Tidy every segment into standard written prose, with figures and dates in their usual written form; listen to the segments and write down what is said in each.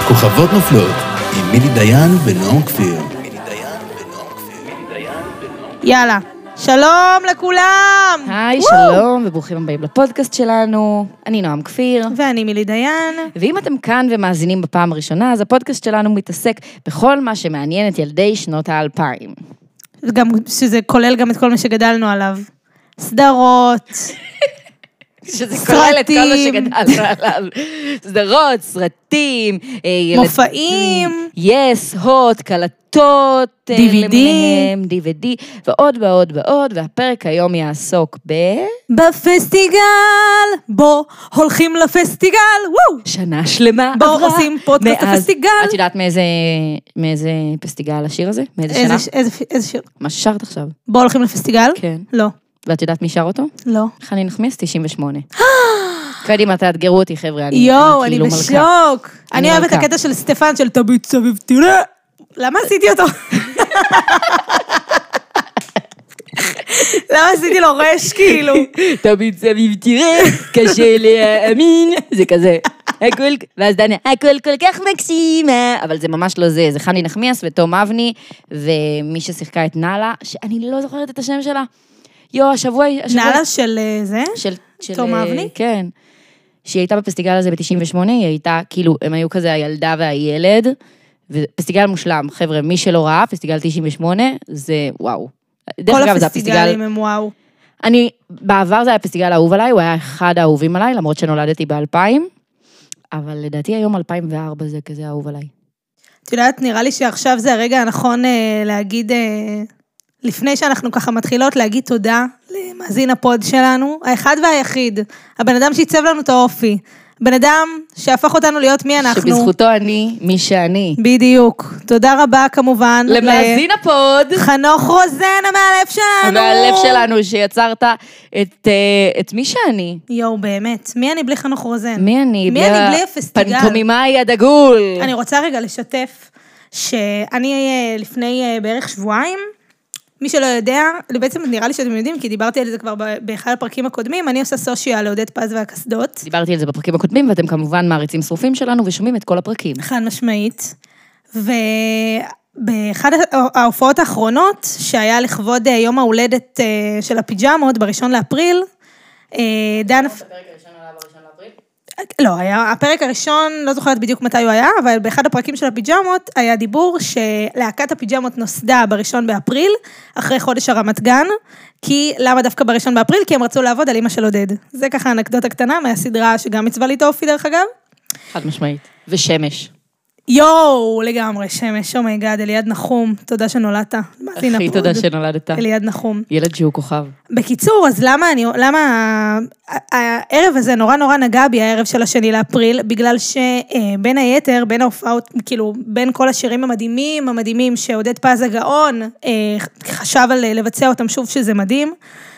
כוכבות נופלות, עם מילי דיין ונועם כפיר. יאללה, שלום לכולם! היי, שלום, וברוכים הבאים לפודקאסט שלנו. אני נועם כפיר. ואני מילי דיין. ואם אתם כאן ומאזינים בפעם הראשונה, אז הפודקאסט שלנו מתעסק בכל מה שמעניין את ילדי שנות ה-2000. גם שזה כולל גם את כל מה שגדלנו עליו. סדרות, שזה כולל את כל מה שגדלנו עליו. סדרות, סרטים, מופעים, יס, הוט, קלטות, DVD, DVD, ועוד ועוד ועוד, והפרק היום יעסוק בפסטיגל, בוא הולכים לפסטיגל, וואו! שנה שלמה בוא עושים פודקאסט הפסטיגל. את יודעת מאיזה פסטיגל השיר הזה? מאיזה שנה? איזה שיר? מה ששרת עכשיו? בוא הולכים לפסטיגל? כן. לא. ואת יודעת מי שר אותו? לא. חני נחמיאס 98. קדימה, תאתגרו אותי, חבר'ה. יואו, אני בשוק. אני אוהבת את הקטע של סטפן, של תביט סביב, תראה. למה עשיתי אותו? למה עשיתי לו רש, כאילו? תביט סביב, תראה, קשה להאמין. זה כזה. ואז דנה, הכל כל כך מקסימה. אבל זה ממש לא זה. זה חני נחמיאס ותום אבני, ומי ששיחקה את נאלה, שאני לא זוכרת את השם שלה. השבוע... נאלה של זה? תום אבני? כן. שהיא הייתה בפסטיגל הזה ב-98, היא הייתה, כאילו, הם היו כזה הילדה והילד, ופסטיגל מושלם, חבר'ה, מי שלא ראה, פסטיגל 98, זה וואו. כל הפסטיגלים הם וואו. בעבר זה היה פסטיגל האהוב עליי, הוא היה אחד האהובים עליי, למרות שנולדתי ב-2000, אבל לדעתי היום 2004 זה כזה האהוב עליי. את יודעת, נראה לי שעכשיו זה הרגע הנכון להגיד... לפני שאנחנו ככה מתחילות להגיד תודה למאזין הפוד שלנו, האחד והיחיד, הבן אדם שיצב לנו את האופי, בן אדם שהפך אותנו להיות מי אנחנו. שבזכותו אני, מי שאני. בדיוק. תודה רבה כמובן. למאזין הפוד. חנוך רוזן, המאלף שלנו. המאלף שלנו שיצרת את מי שאני. יואו, באמת. מי אני בלי חנוך רוזן? מי אני? מי אני בלי הפסטיגל? פנטומימאי הדגול. אני רוצה רגע לשתף שאני לפני בערך שבועיים, מי שלא יודע, בעצם נראה לי שאתם יודעים, כי דיברתי על זה כבר באחד הפרקים הקודמים, אני עושה סושיאל לעודד פז והקסדות. דיברתי על זה בפרקים הקודמים, ואתם כמובן מעריצים שרופים שלנו, ושומעים את כל הפרקים. חד משמעית. ובאחד ההופעות האחרונות, שהיה לכבוד יום ההולדת של הפיג'מות, ב1 לאפריל, דן... לא, הפרק הראשון, לא זוכרת בדיוק מתי הוא היה, אבל באחד הפרקים של הפיג'מות היה דיבור שלהקת הפיג'מות נוסדה ב1 באפריל, אחרי חודש הרמת גן, כי למה דווקא ב1 באפריל? כי הם רצו לעבוד על אמא של עודד. זה ככה אנקדוטה קטנה מהסדרה שגם מצווה לי את האופי דרך אגב. חד משמעית. ושמש. יואו, לגמרי, שמש, אומייגאד, אליעד נחום, תודה שנולדת. הכי תודה שנולדת. אליעד נחום. ילד שהוא כוכב. בקיצור, אז למה הערב הזה נורא נורא נגע בי, הערב של 2 לאפריל, בגלל שבין היתר, בין ההופעות, כאילו, בין כל השירים המדהימים שעודד פז הגאון, חשב על לבצע אותם שוב שזה מדהים,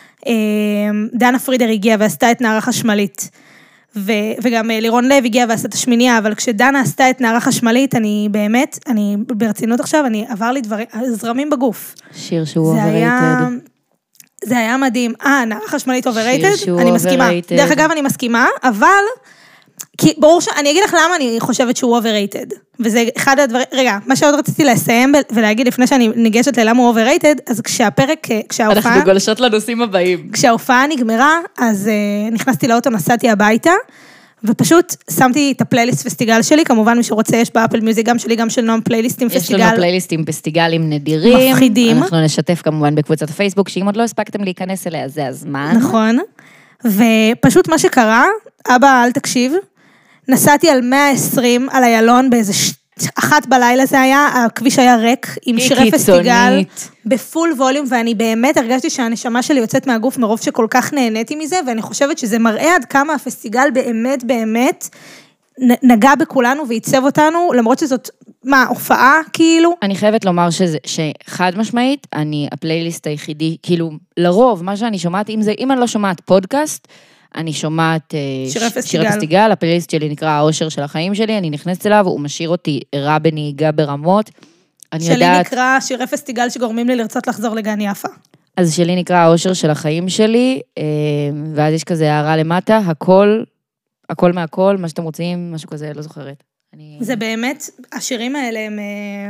דנה פרידר הגיעה ועשתה את נערה חשמלית. וגם לירון לב הגיע ועשתה את השמינייה, אבל כשדנה עשתה את נערה חשמלית, אני ברצינות עכשיו, עבר לי זרמים בגוף. שיר שהוא overrated. זה היה מדהים. נערה חשמלית overrated? אני מסכימה. דרך אגב, אני מסכימה, אבל, כי ברור אני אגיד לך למה אני חושבת שהוא overrated. וזה אחד הדברים, רגע, מה שעוד רציתי לסיים ולהגיד לפני שאני ניגשת ללמה הוא overrated, אז כשההופעה... אנחנו גולשות לנושאים הבאים. כשההופעה נגמרה, אז נכנסתי לאוטו, נסעתי הביתה, ופשוט שמתי את הפלייליסט פסטיגל שלי, כמובן מי שרוצה, יש באפל מיוזיק, גם שלי, גם של נועם פלייליסטים פסטיגל. יש לנו פלייליסטים פסטיגלים נדירים. מפחידים. אנחנו נשתף כמובן בקבוצת הפייסבוק, שאם עוד לא הספקתם להיכנס אליה, זה הזמן. נכון. ופשוט מה שקרה, אבא, אל תקשיב, נסעתי על 120 על איילון באיזה 1 בלילה זה היה, הכביש היה ריק עם שירי פסטיגל בפול ווליום, ואני באמת הרגשתי שהנשמה שלי יוצאת מהגוף מרוב שכל כך נהניתי מזה, ואני חושבת שזה מראה עד כמה הפסטיגל באמת נגע בכולנו וייצב אותנו, למרות שזאת, הופעה כאילו? אני חייבת לומר שחד משמעית, הפלייליסט היחידי, כאילו לרוב, מה שאני שומעת, אם אני לא שומעת פודקאסט, אני שומעת שירי פסטיגל, הפלייליסט שלי נקרא האושר של החיים שלי, אני נכנסת אליו, הוא משאיר אותי ערה בנהיגה ברמות. שלי נקרא שירי פסטיגל שגורמים לי לרצות לחזור לגן יפה. אז שלי נקרא האושר של החיים שלי, ואז יש כזה הערה למטה, הכל מהכל, מה שאתם רוצים, משהו כזה, לא זוכרת. זה באמת, השירים האלה הם...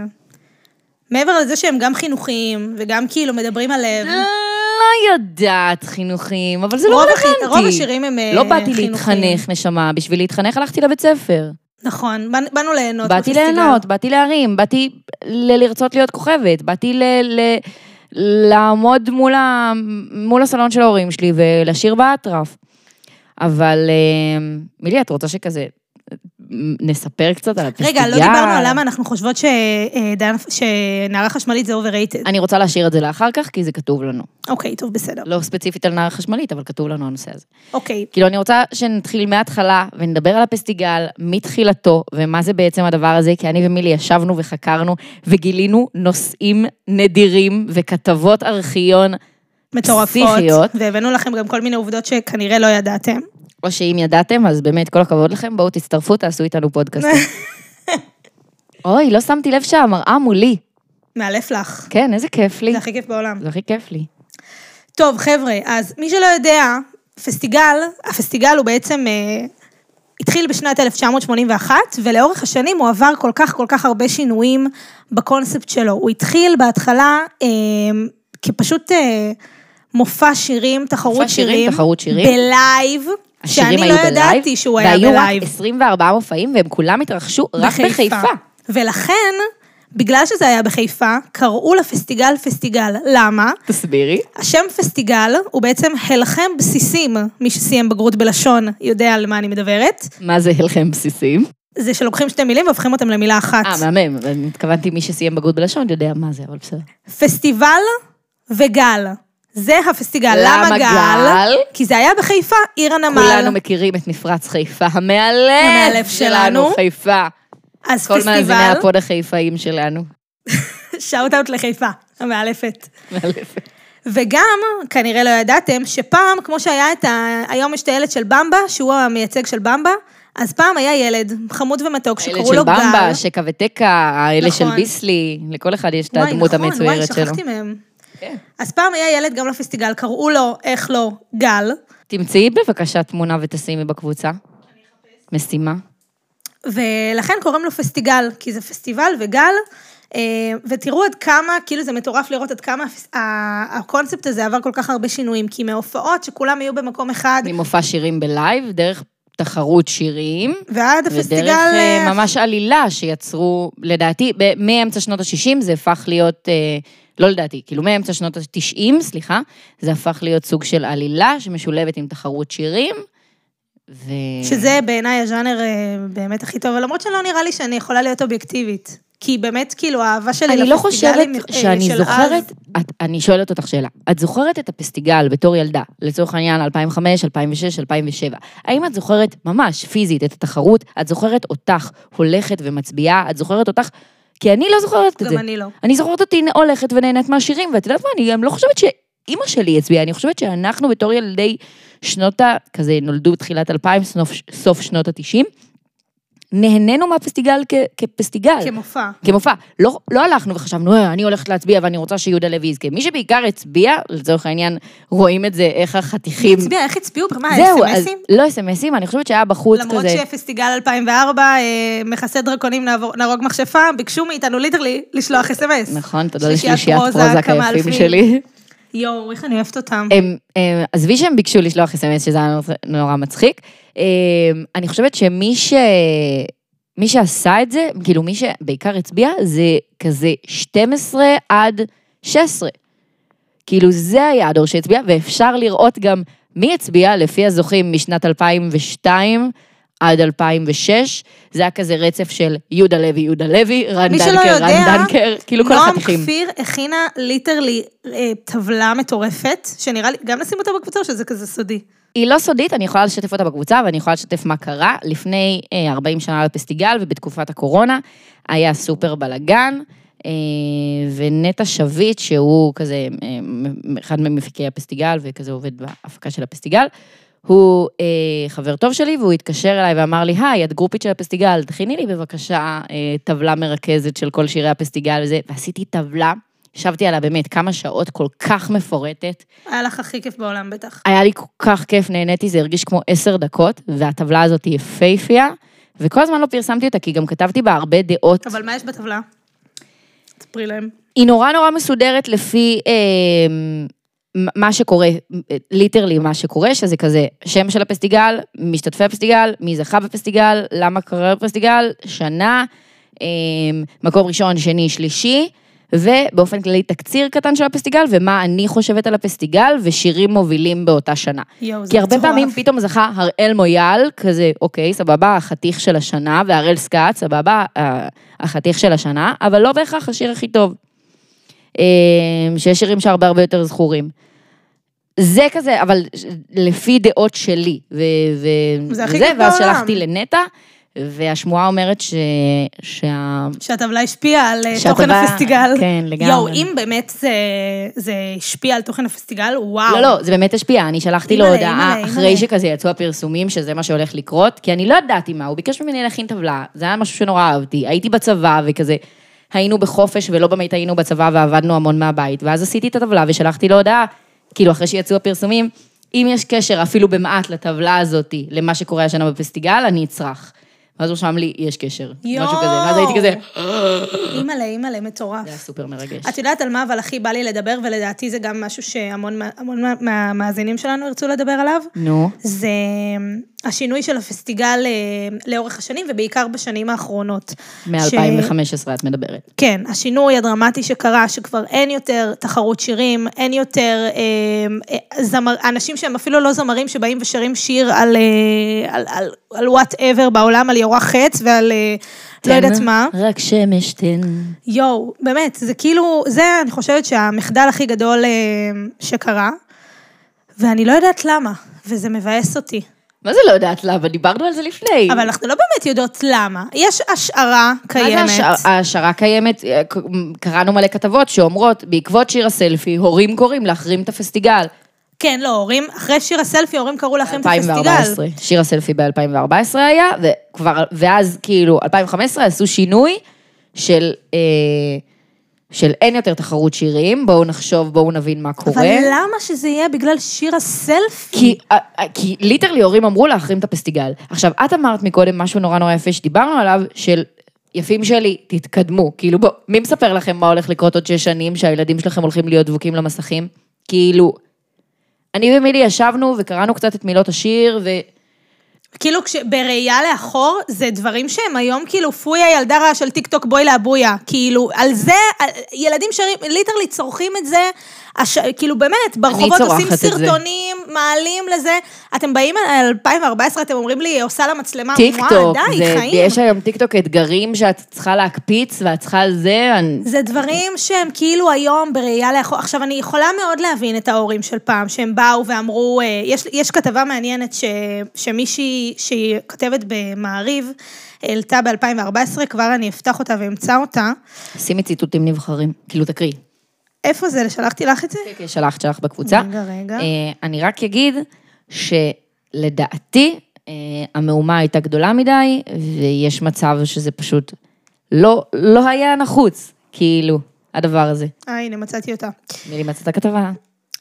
מעבר לזה שהם גם חינוכיים, וגם כאילו מדברים על לב. לא יודעת חינוכיים, אבל זה לא רלוונטי. רוב השירים הם חינוכיים. לא באתי להתחנך, נשמה. בשביל להתחנך הלכתי לבית ספר. נכון, באנו ליהנות באתי ליהנות, באתי להרים, באתי לרצות להיות כוכבת, באתי לעמוד מול הסלון של ההורים שלי ולשיר באטרף. אבל מילי, את רוצה שכזה... נספר קצת על הפסטיגל. רגע, לא דיברנו על למה אנחנו חושבות שנערה חשמלית זה overrated. אני רוצה להשאיר את זה לאחר כך, כי זה כתוב לנו. אוקיי, טוב, בסדר. לא ספציפית על נערה חשמלית, אבל כתוב לנו הנושא הזה. אוקיי. כאילו, אני רוצה שנתחיל מההתחלה, ונדבר על הפסטיגל, מתחילתו, ומה זה בעצם הדבר הזה, כי אני ומילי ישבנו וחקרנו, וגילינו נושאים נדירים, וכתבות ארכיון מטורפות, והבאנו לכם גם כל מיני עובדות שכנראה לא ידעתם. או שאם ידעתם, אז באמת כל הכבוד לכם, בואו תצטרפו, תעשו איתנו פודקאסטים. אוי, לא שמתי לב שהמראה מולי. מאלף לך. כן, איזה כיף לי. זה הכי כיף בעולם. זה הכי כיף לי. טוב, חבר'ה, אז מי שלא יודע, הפסטיגל הוא בעצם התחיל בשנת 1981, ולאורך השנים הוא עבר כל כך הרבה שינויים בקונספט שלו. הוא התחיל בהתחלה כפשוט מופע שירים, תחרות שירים, בלייב, שאני לא ידעתי שהוא היה בלייב. והיו רק 24 מופעים, והם כולם התרחשו רק בחיפה. ולכן, בגלל שזה היה בחיפה, קראו לפסטיגל פסטיגל. למה? תסבירי. השם פסטיגל הוא בעצם הלחם בסיסים, מי שסיים בגרות בלשון יודע על מה אני מדברת. מה זה הלחם בסיסים? זה שלוקחים שתי מילים והופכים אותם למילה אחת. מהמם, אני התכוונתי מי שסיים בגרות בלשון יודע מה זה, אבל בסדר. פסטיבל וגל. זה הפסטיגל. למה גל? כי זה היה בחיפה, עיר הנמל. כולנו מכירים את מפרץ חיפה, המאלף שלנו, חיפה. אז כל מאזיני הפוד החיפאים שלנו. שאוט אאוט לחיפה, המאלפת. מאלפת. וגם, כנראה לא ידעתם, שפעם, כמו שהיה היום יש את הילד של במבה, שהוא המייצג של במבה, אז פעם היה ילד חמוד ומתוק שקראו לו גל. הילד של במבה, שקה ותקה, האלה של ביסלי, לכל אחד יש את הדמות המצוירת שלו. וואי, שכחתי מהם. אז פעם היה ילד גם לפסטיגל, קראו לו, איך לא, גל. תמצאי בבקשה תמונה ותשימי בקבוצה. משימה. ולכן קוראים לו פסטיגל, כי זה פסטיבל וגל, ותראו עד כמה, כאילו זה מטורף לראות עד כמה הקונספט הזה עבר כל כך הרבה שינויים, כי מהופעות שכולם היו במקום אחד. ממופע שירים בלייב, דרך תחרות שירים. ועד הפסטיגל. ודרך ממש עלילה שיצרו, לדעתי, מאמצע שנות ה-60 זה הפך להיות... לא לדעתי, כאילו מאמצע שנות ה-90, סליחה, זה הפך להיות סוג של עלילה שמשולבת עם תחרות שירים, שזה בעיניי הז'אנר באמת הכי טוב, ולמרות שלא נראה לי שאני יכולה להיות אובייקטיבית, כי באמת כאילו האהבה שלי לפסטיגלים של אז. אני לא חושבת שאני זוכרת, אני שואלת אותך שאלה, את זוכרת את הפסטיגל בתור ילדה, לצורך העניין 2005, 2006, 2007, האם את זוכרת ממש פיזית את התחרות, את זוכרת אותך הולכת ומצביעה, את זוכרת אותך, כי אני לא זוכרת את זה. גם אני לא. אני זוכרת אותי הולכת ונהנית מהשירים, ואת יודעת מה, אני גם לא חושבת שאמא שלי הצביעה, אני חושבת שאנחנו בתור ילדי שנות כזה נולדו בתחילת 2000, סוף שנות ה-90, נהנינו מהפסטיגל כפסטיגל. כמופע. לא הלכנו וחשבנו, אני הולכת להצביע ואני רוצה שיהודה לוי יזכה. מי שבעיקר הצביע, לצורך העניין, רואים את זה, איך החתיכים... הצביע, איך הצביעו? מה, אס-אמסים? לא אס-אמסים, אני חושבת שהיה בחוץ כזה... למרות שפסטיגל 2004, מכסי דרקונים נהרוג מכשפה, ביקשו מאיתנו ליטרלי לשלוח אס-אמס. נכון, תודה לשלישיית פרוזה כיפים שלי. יואו, איך אני אוהבת אותם. עזבי שהם ביקשו לשלוח אס-אמס, שזה היה נורא מצחיק. אני חושבת שמי שעשה את זה, כאילו מי שבעיקר הצביע, זה כזה 12 עד 16. כאילו זה היה הדור שהצביע, ואפשר לראות גם מי הצביע, לפי הזוכים משנת 2002 עד 2006, זה היה כזה רצף של יהודה לוי, רן דנקר, כאילו כל החתיכים. נועם כפיר הכינה ליטרלי טבלה מטורפת, שנראה לי, גם נשים אותה בקבוצה, שזה כזה סודי. היא לא סודית, אני יכולה לשתף אותה בקבוצה, ואני יכולה לשתף מה קרה. לפני 40 שנה לפסטיגל, ובתקופת הקורונה, היה סופר בלגן, ונטע שביט, שהוא כזה, אחד ממפיקי הפסטיגל, וכזה עובד בהפקה של הפסטיגל, הוא חבר טוב שלי, והוא התקשר אליי ואמר לי, היי, את גרופית של הפסטיגל, תכיני לי בבקשה טבלה מרכזת של כל שירי הפסטיגל וזה, ועשיתי טבלה, ישבתי עליה באמת כמה שעות כל כך מפורטת. היה לך הכי כיף בעולם בטח. היה לי כל כך כיף, נהניתי, זה הרגיש כמו 10 דקות, והטבלה הזאת היא יפהפייה, וכל הזמן לא פרסמתי אותה, כי גם כתבתי בה הרבה דעות. אבל מה יש בטבלה? תספרי להם. היא נורא נורא מסודרת לפי מה שקורה, ליטרלי מה שקורה, שזה כזה, שם של הפסטיגל, משתתפי הפסטיגל, מי זכה בפסטיגל, למה קרה בפסטיגל, שנה, מקום ראשון, שני, שלישי, ובאופן כללי תקציר קטן של הפסטיגל, ומה אני חושבת על הפסטיגל, ושירים מובילים באותה שנה. כי הרבה פעמים פתאום זכה הראל מויאל, כזה, אוקיי, סבבה, החתיך של השנה, והראל סקאט, סבבה, החתיך של השנה, אבל לא בהכרח השיר הכי טוב. שיש שירים שהרבה הרבה יותר זכורים. זה כזה, אבל לפי דעות שלי, וזה, ואז שלחתי לנטה, והשמועה אומרת שהטבלה השפיעה על תוכן הפסטיגל. כן, לגמרי. יואו, אם באמת זה השפיע על תוכן הפסטיגל, וואו. לא, זה באמת השפיע, אני שלחתי לו הודעה, אחרי שכזה יצאו הפרסומים, שזה מה שהולך לקרות, כי אני לא ידעתי מה, הוא ביקש ממני להכין טבלה, זה היה משהו שנורא אהבתי, הייתי בצבא וכזה, היינו בחופש ולא באמת היינו בצבא ועבדנו המון מהבית, ואז עשיתי את הטבלה ושלחתי לו הודעה, כאילו אחרי שיצאו הפרסומים, אם יש קשר אפילו במעט לטבלה הזאת, למה שקורה השנה בפסטיגל, אני אצרח. ואז הוא שם לי, יש קשר, משהו כזה, ואז הייתי כזה, אימאלה, מטורף. זה היה סופר מרגש. את יודעת על מה, אבל הכי בא לי לדבר, ולדעתי זה גם משהו שהמון מהמאזינים שלנו ירצו לדבר עליו. נו. זה השינוי של הפסטיגל לאורך השנים, ובעיקר בשנים האחרונות. מ-2015 את מדברת. כן, השינוי הדרמטי שקרה, שכבר אין יותר תחרות שירים, אין יותר אנשים שהם אפילו לא זמרים, שבאים ושרים שיר על whatever בעולם, על יורח חץ ועל לא יודעת מה. רק שמש תן. יואו, באמת, זה כאילו, זה אני חושבת שהמחדל הכי גדול שקרה, ואני לא יודעת למה, וזה מבאס אותי. מה זה לא יודעת למה? דיברנו על זה לפני. אבל אנחנו לא באמת יודעות למה. יש השערה קיימת. מה זה השערה קיימת? קראנו מלא כתבות שאומרות, בעקבות שיר הסלפי, הורים קוראים להחרים את הפסטיגל. כן, לא, הורים, אחרי שיר הסלפי, הורים קראו להחרים את הפסטיגל. 2014. שיר הסלפי ב-2014 היה, ואז כאילו, 2015 עשו שינוי של אין יותר תחרות שירים, בואו נחשוב, בואו נבין מה קורה. אבל למה שזה יהיה בגלל שיר הסלפי? כי ליטרלי הורים אמרו להחרים את הפסטיגל. עכשיו, את אמרת מקודם משהו נורא נורא יפה שדיברנו עליו, של יפים שלי, תתקדמו. כאילו, בוא, מי מספר לכם מה הולך לקרות עוד 6 שנים, שהילדים שלכם הולכים להיות דבוקים למסכים? כאילו, אני ומילי ישבנו וקראנו קצת את מילות השיר, כאילו, בראייה לאחור, זה דברים שהם היום, כאילו, פויה ילדה רעה של טיק טוק בוי לאבויה, כאילו, על זה, ילדים שרים, ליטרלי צורכים את זה, כאילו, באמת, ברחובות עושים סרטונים, מעלים לזה, אתם באים על 2014, אתם אומרים לי, עושה למצלמה, טיק טוק, חיים. יש היום טיק טוק אתגרים שאת צריכה להקפיץ, ואת צריכה על זה, זה דברים שהם כאילו היום בראייה לאחור, עכשיו אני יכולה מאוד להבין את ההורים של פעם, שהם באו ואמרו, יש כתבה מעניינת שמישהי שהיא כותבת במעריב, העלתה ב-2014, כבר אני אפתח אותה ואמצא אותה. שימי ציטוטים נבחרים, כאילו תקריא. איפה זה? שלחתי לך את זה? כן, שלחת בקבוצה. רגע. אני רק אגיד שלדעתי, המהומה הייתה גדולה מדי, ויש מצב שזה פשוט לא היה נחוץ, כאילו, הדבר הזה. הנה, מצאתי אותה. מילי מצאת כתבה.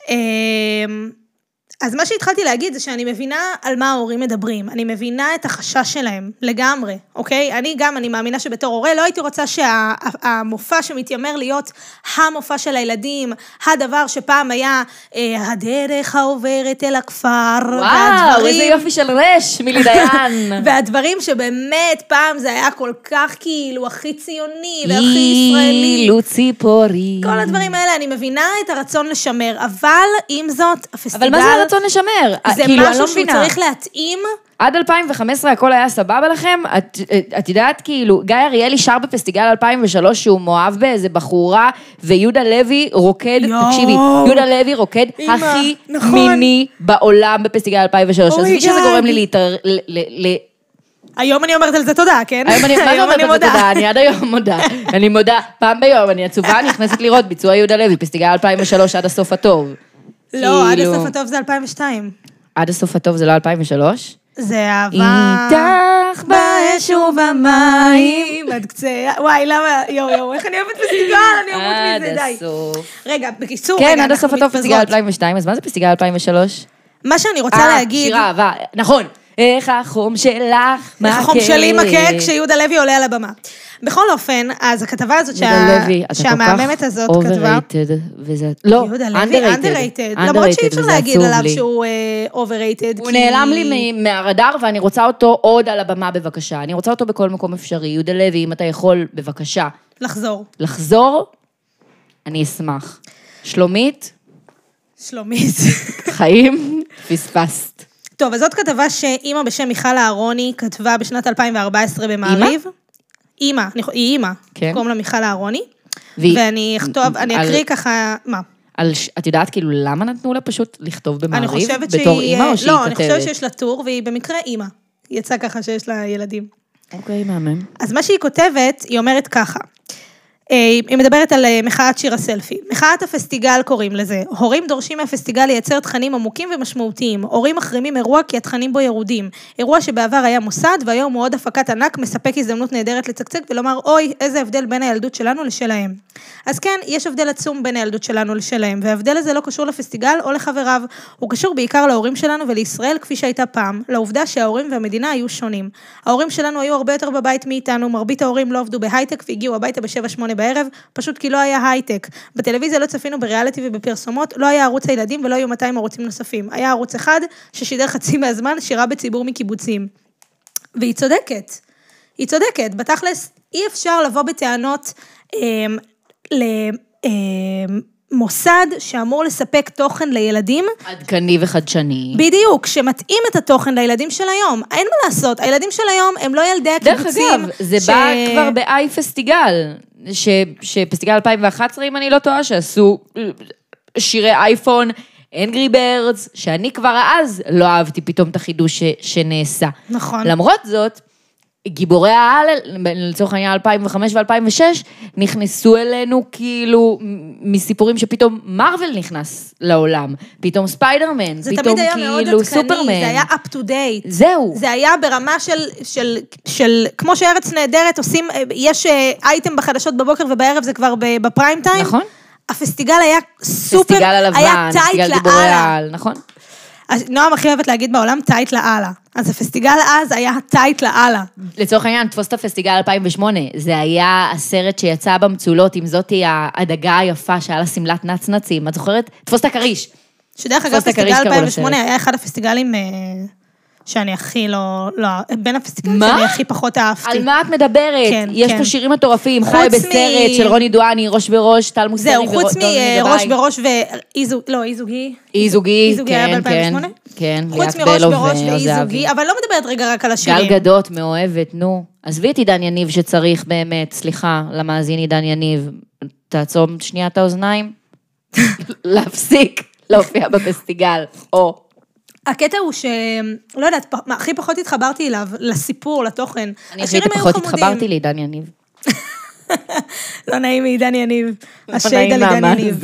אז מה שהתחלתי להגיד זה שאני מבינה על מה ההורים מדברים, אני מבינה את החשש שלהם לגמרי, אוקיי? אני מאמינה שבתור הורה לא הייתי רוצה שהמופע שמתיימר להיות המופע של הילדים, הדבר שפעם היה הדרך העוברת אל הכפר, וואו, איזה יופי של רש, מילי דיין. והדברים שבאמת פעם זה היה כל כך כאילו הכי ציוני והכי ישראלי. לוצי פורי. כל הדברים האלה, אני מבינה את הרצון לשמר, אבל עם זאת, הפסטיגל... אבל מה זה הרצון לשמר? זה משהו שהוא צריך להתאים. עד 2015 הכל היה סבבה לכם? את יודעת, כאילו, גיא אריאלי שר בפסטיגל 2003 שהוא מאוהב באיזה בחורה, ויהודה לוי רוקד, תקשיבי, יהודה לוי רוקד הכי מיני בעולם בפסטיגל 2003. אז מי שזה גורם לי היום אני אומרת על זה תודה, כן? מה זה אומרת על זה תודה? אני עד היום מודה. אני מודה, פעם ביום, אני עצובה, נכנסת לראות ביצוע יהודה לוי, פסטיגל 2003 עד הסוף הטוב. לא, עד הסוף הטוב זה 2002. עד הסוף הטוב זה לא 2003? זה אהבה. איתך באש ובמים. עד קצה, וואי, למה, יו, איך אני אוהבת פסטיגל, אני אמות מזה, די. עד הסוף. רגע, בקיצור, כן, עד הסוף הטוב פסטיגל 2002, אז מה זה פסטיגל 2003? מה שאני רוצה להגיד... שיר אהבה, נכון. איך החום שלך מכה. איך החום שלי מכה כשיהודה לוי עולה על הבמה. בכל אופן, אז הכתבה הזאת שהמאממת הזאת כתבה... לא, יהודה לוי, underrated. למרות שאי אפשר להגיד עליו שהוא overrated. הוא נעלם לי מהרדאר, ואני רוצה אותו עוד על הבמה בבקשה. אני רוצה אותו בכל מקום אפשרי. יהודה לוי, אם אתה יכול, בבקשה. לחזור, אני אשמח. שלומית? חיים? פספסת. טוב, אז זאת כתבה שאימא בשם מיכל אהרוני כתבה בשנת 2014 במעריב. אימא, היא אימא, קוראים לה מיכל אהרוני. ואני אקריא ככה, מה? את יודעת כאילו למה נתנו לה פשוט לכתוב במעריב? אני חושבת בתור אימא או שהיא כותבת? לא, אני חושבת שיש לה טור, והיא במקרה אימא. יצא ככה שיש לה ילדים. אוקיי, מאמן. אז מה שהיא כותבת, היא אומרת ככה. היא מדברת על מחאת שיר הסלפי. מחאת הפסטיגל קוראים לזה. הורים דורשים מהפסטיגל לייצר תכנים עמוקים ומשמעותיים. הורים מחרימים אירוע כי התכנים בו ירודים. אירוע שבעבר היה מוסד, והיום הוא עוד הפקת ענק, מספק הזדמנות נהדרת לצקצק ולומר, אוי, איזה הבדל בין הילדות שלנו לשלהם. אז כן, יש הבדל עצום בין הילדות שלנו לשלהם, וההבדל הזה לא קשור לפסטיגל או לחבריו. הוא קשור בעיקר להורים שלנו ולישראל כפי שהייתה פעם, לעובדה שההורים והמדינה היו שונים. ההורים שלנו היו הרבה יותר בבית מאיתנו, מרבית ההורים לא עבדו בהייטק והגיעו הביתה ב7-8 בערב, פשוט כי לא היה הייטק. בטלוויזיה לא צפינו בריאליטי ובפרסומות, לא היה ערוץ הילדים ולא היו 200 ערוצים נוספים. היה ערוץ אחד ששידר חצי מהזמן שירה בציבור מקיבוצים. והיא צודקת. היא צודקת. בתכלס, אי אפשר לבוא בטענות למוסד שאמור לספק תוכן לילדים. עדכני וחדשני. בדיוק, שמתאים את התוכן לילדים של היום. אין מה לעשות, הילדים של היום הם לא ילדי הקיבוצים. דרך אגב, זה בא כבר באי פסטיגל, שפסטיגל 2011, אם אני לא טועה, שעשו שירי אייפון, אנגרי ברדס, שאני כבר אז לא אהבתי פתאום את החידוש שנעשה. נכון. למרות זאת, גיבורי העל, לצורך העניין 2005 ו-2006, נכנסו אלינו כאילו מסיפורים שפתאום מרוול נכנס לעולם, פתאום ספיידרמן, פתאום כאילו סופרמן. זה היה up to date. זהו. זה היה ברמה של כמו שארץ נהדרת עושים, יש אייטם בחדשות בבוקר ובערב זה כבר בפריים טיים. נכון. הפסטיגל היה סופר, פסטיגל הלבן, היה טייט לאללה. נכון. נועם הכי אוהבת להגיד בעולם טייט לאללה. אז הפסטיגל אז היה טייט לאללה. לצורך העניין, תפוס את הפסטיגל 2008, זה היה הסרט שיצא במצולות, עם זאתי הדגה היפה שהיה לה סמלת נצנצים, את זוכרת? תפוס את הקריש. שדרך אגב, פסטיגל 2008 היה אחד הפסטיגלים שאני הכי בין הפסטיגלים שאני הכי פחות אהבתי. על מה את מדברת? יש פה שירים מטורפים, חי בסרט של רוני דואני, ראש בראש, טל מוסרי זהו, חוץ מראש בראש אי זוגי. אי זוגי, כן, כן. חוץ מראש בראש ואי זוגי, אבל לא מדברת רגע רק על השירים. גל גדות, מאוהבת, נו. עזבי את עידן יניב שצריך באמת, סליחה, למאזין עידן יניב, תעצום שנייה את האוזניים, להפסיק להופיע בפסטיגל, או... הקטע הוא לא יודעת, הכי פחות התחברתי אליו, לסיפור, לתוכן. אני הכי פחות התחברתי לעידן יניב. לא נעים מעידן יניב. השייד על עידן יניב.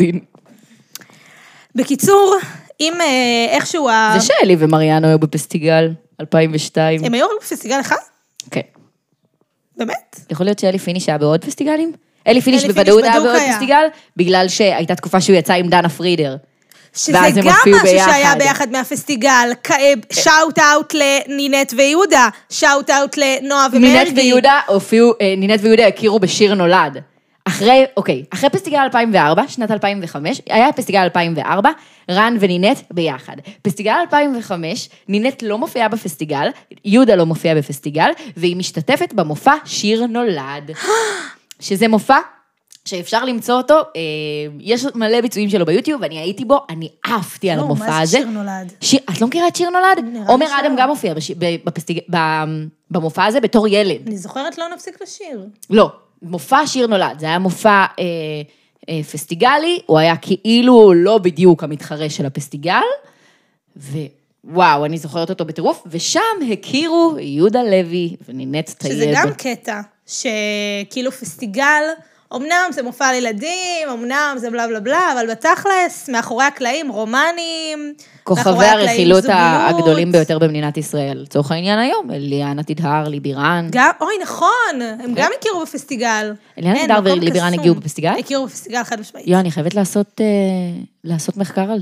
בקיצור, אם איכשהו... זה שאלי ומריאנו היו בפסטיגל 2002. הם היו בפסטיגל אחד? כן. באמת? יכול להיות שאלי פיניש היה בעוד פסטיגלים? אלי פיניש בוודאות היה בעוד פסטיגל, בגלל שהייתה תקופה שהוא יצא עם דנה פרידר. שזה גם משהו שהיה ביחד מהפסטיגל, שאוט אאוט לנינט ויהודה, שאוט אאוט לנועה ומרגי. נינט ויהודה הכירו בשיר נולד. אחרי פסטיגל 2004, שנת 2005, היה פסטיגל 2004, רן ונינט ביחד. פסטיגל 2005, נינט לא מופיעה בפסטיגל, יהודה לא מופיעה בפסטיגל, והיא משתתפת במופע שיר נולד. שזה מופע שאפשר למצוא אותו, יש מלא ביצועים שלו ביוטיוב, ואני הייתי בו, אני אהבתי על המופע הזה. מה זה שיר נולד? את לא מכירה את שיר נולד? עומר אדם גם מופיע במופע הזה בתור ילד. אני זוכרת לא נפסיק לשיר. לא, מופע שיר נולד, זה היה מופע פסטיגלי, הוא היה כאילו לא בדיוק המתחרה של הפסטיגל, ווואו, אני זוכרת אותו בטירוף, ושם הכירו יהודה לוי ונינט טייב. שזה גם קטע, שכאילו פסטיגל, אמנם זה מופע לילדים, אמנם זה בלה בלה בלה, אבל בתכלס, מאחורי הקלעים, רומנים, כוכבי הרכילות הגדולים ביותר במדינת ישראל. לצורך העניין היום, אליאנה תדהר, ליבירן. אוי, נכון, הם גם הכירו בפסטיגל. אליאנה תדהר וליבירן הגיעו בפסטיגל? הכירו בפסטיגל, חד משמעית. אני חייבת לעשות מחקר על זה.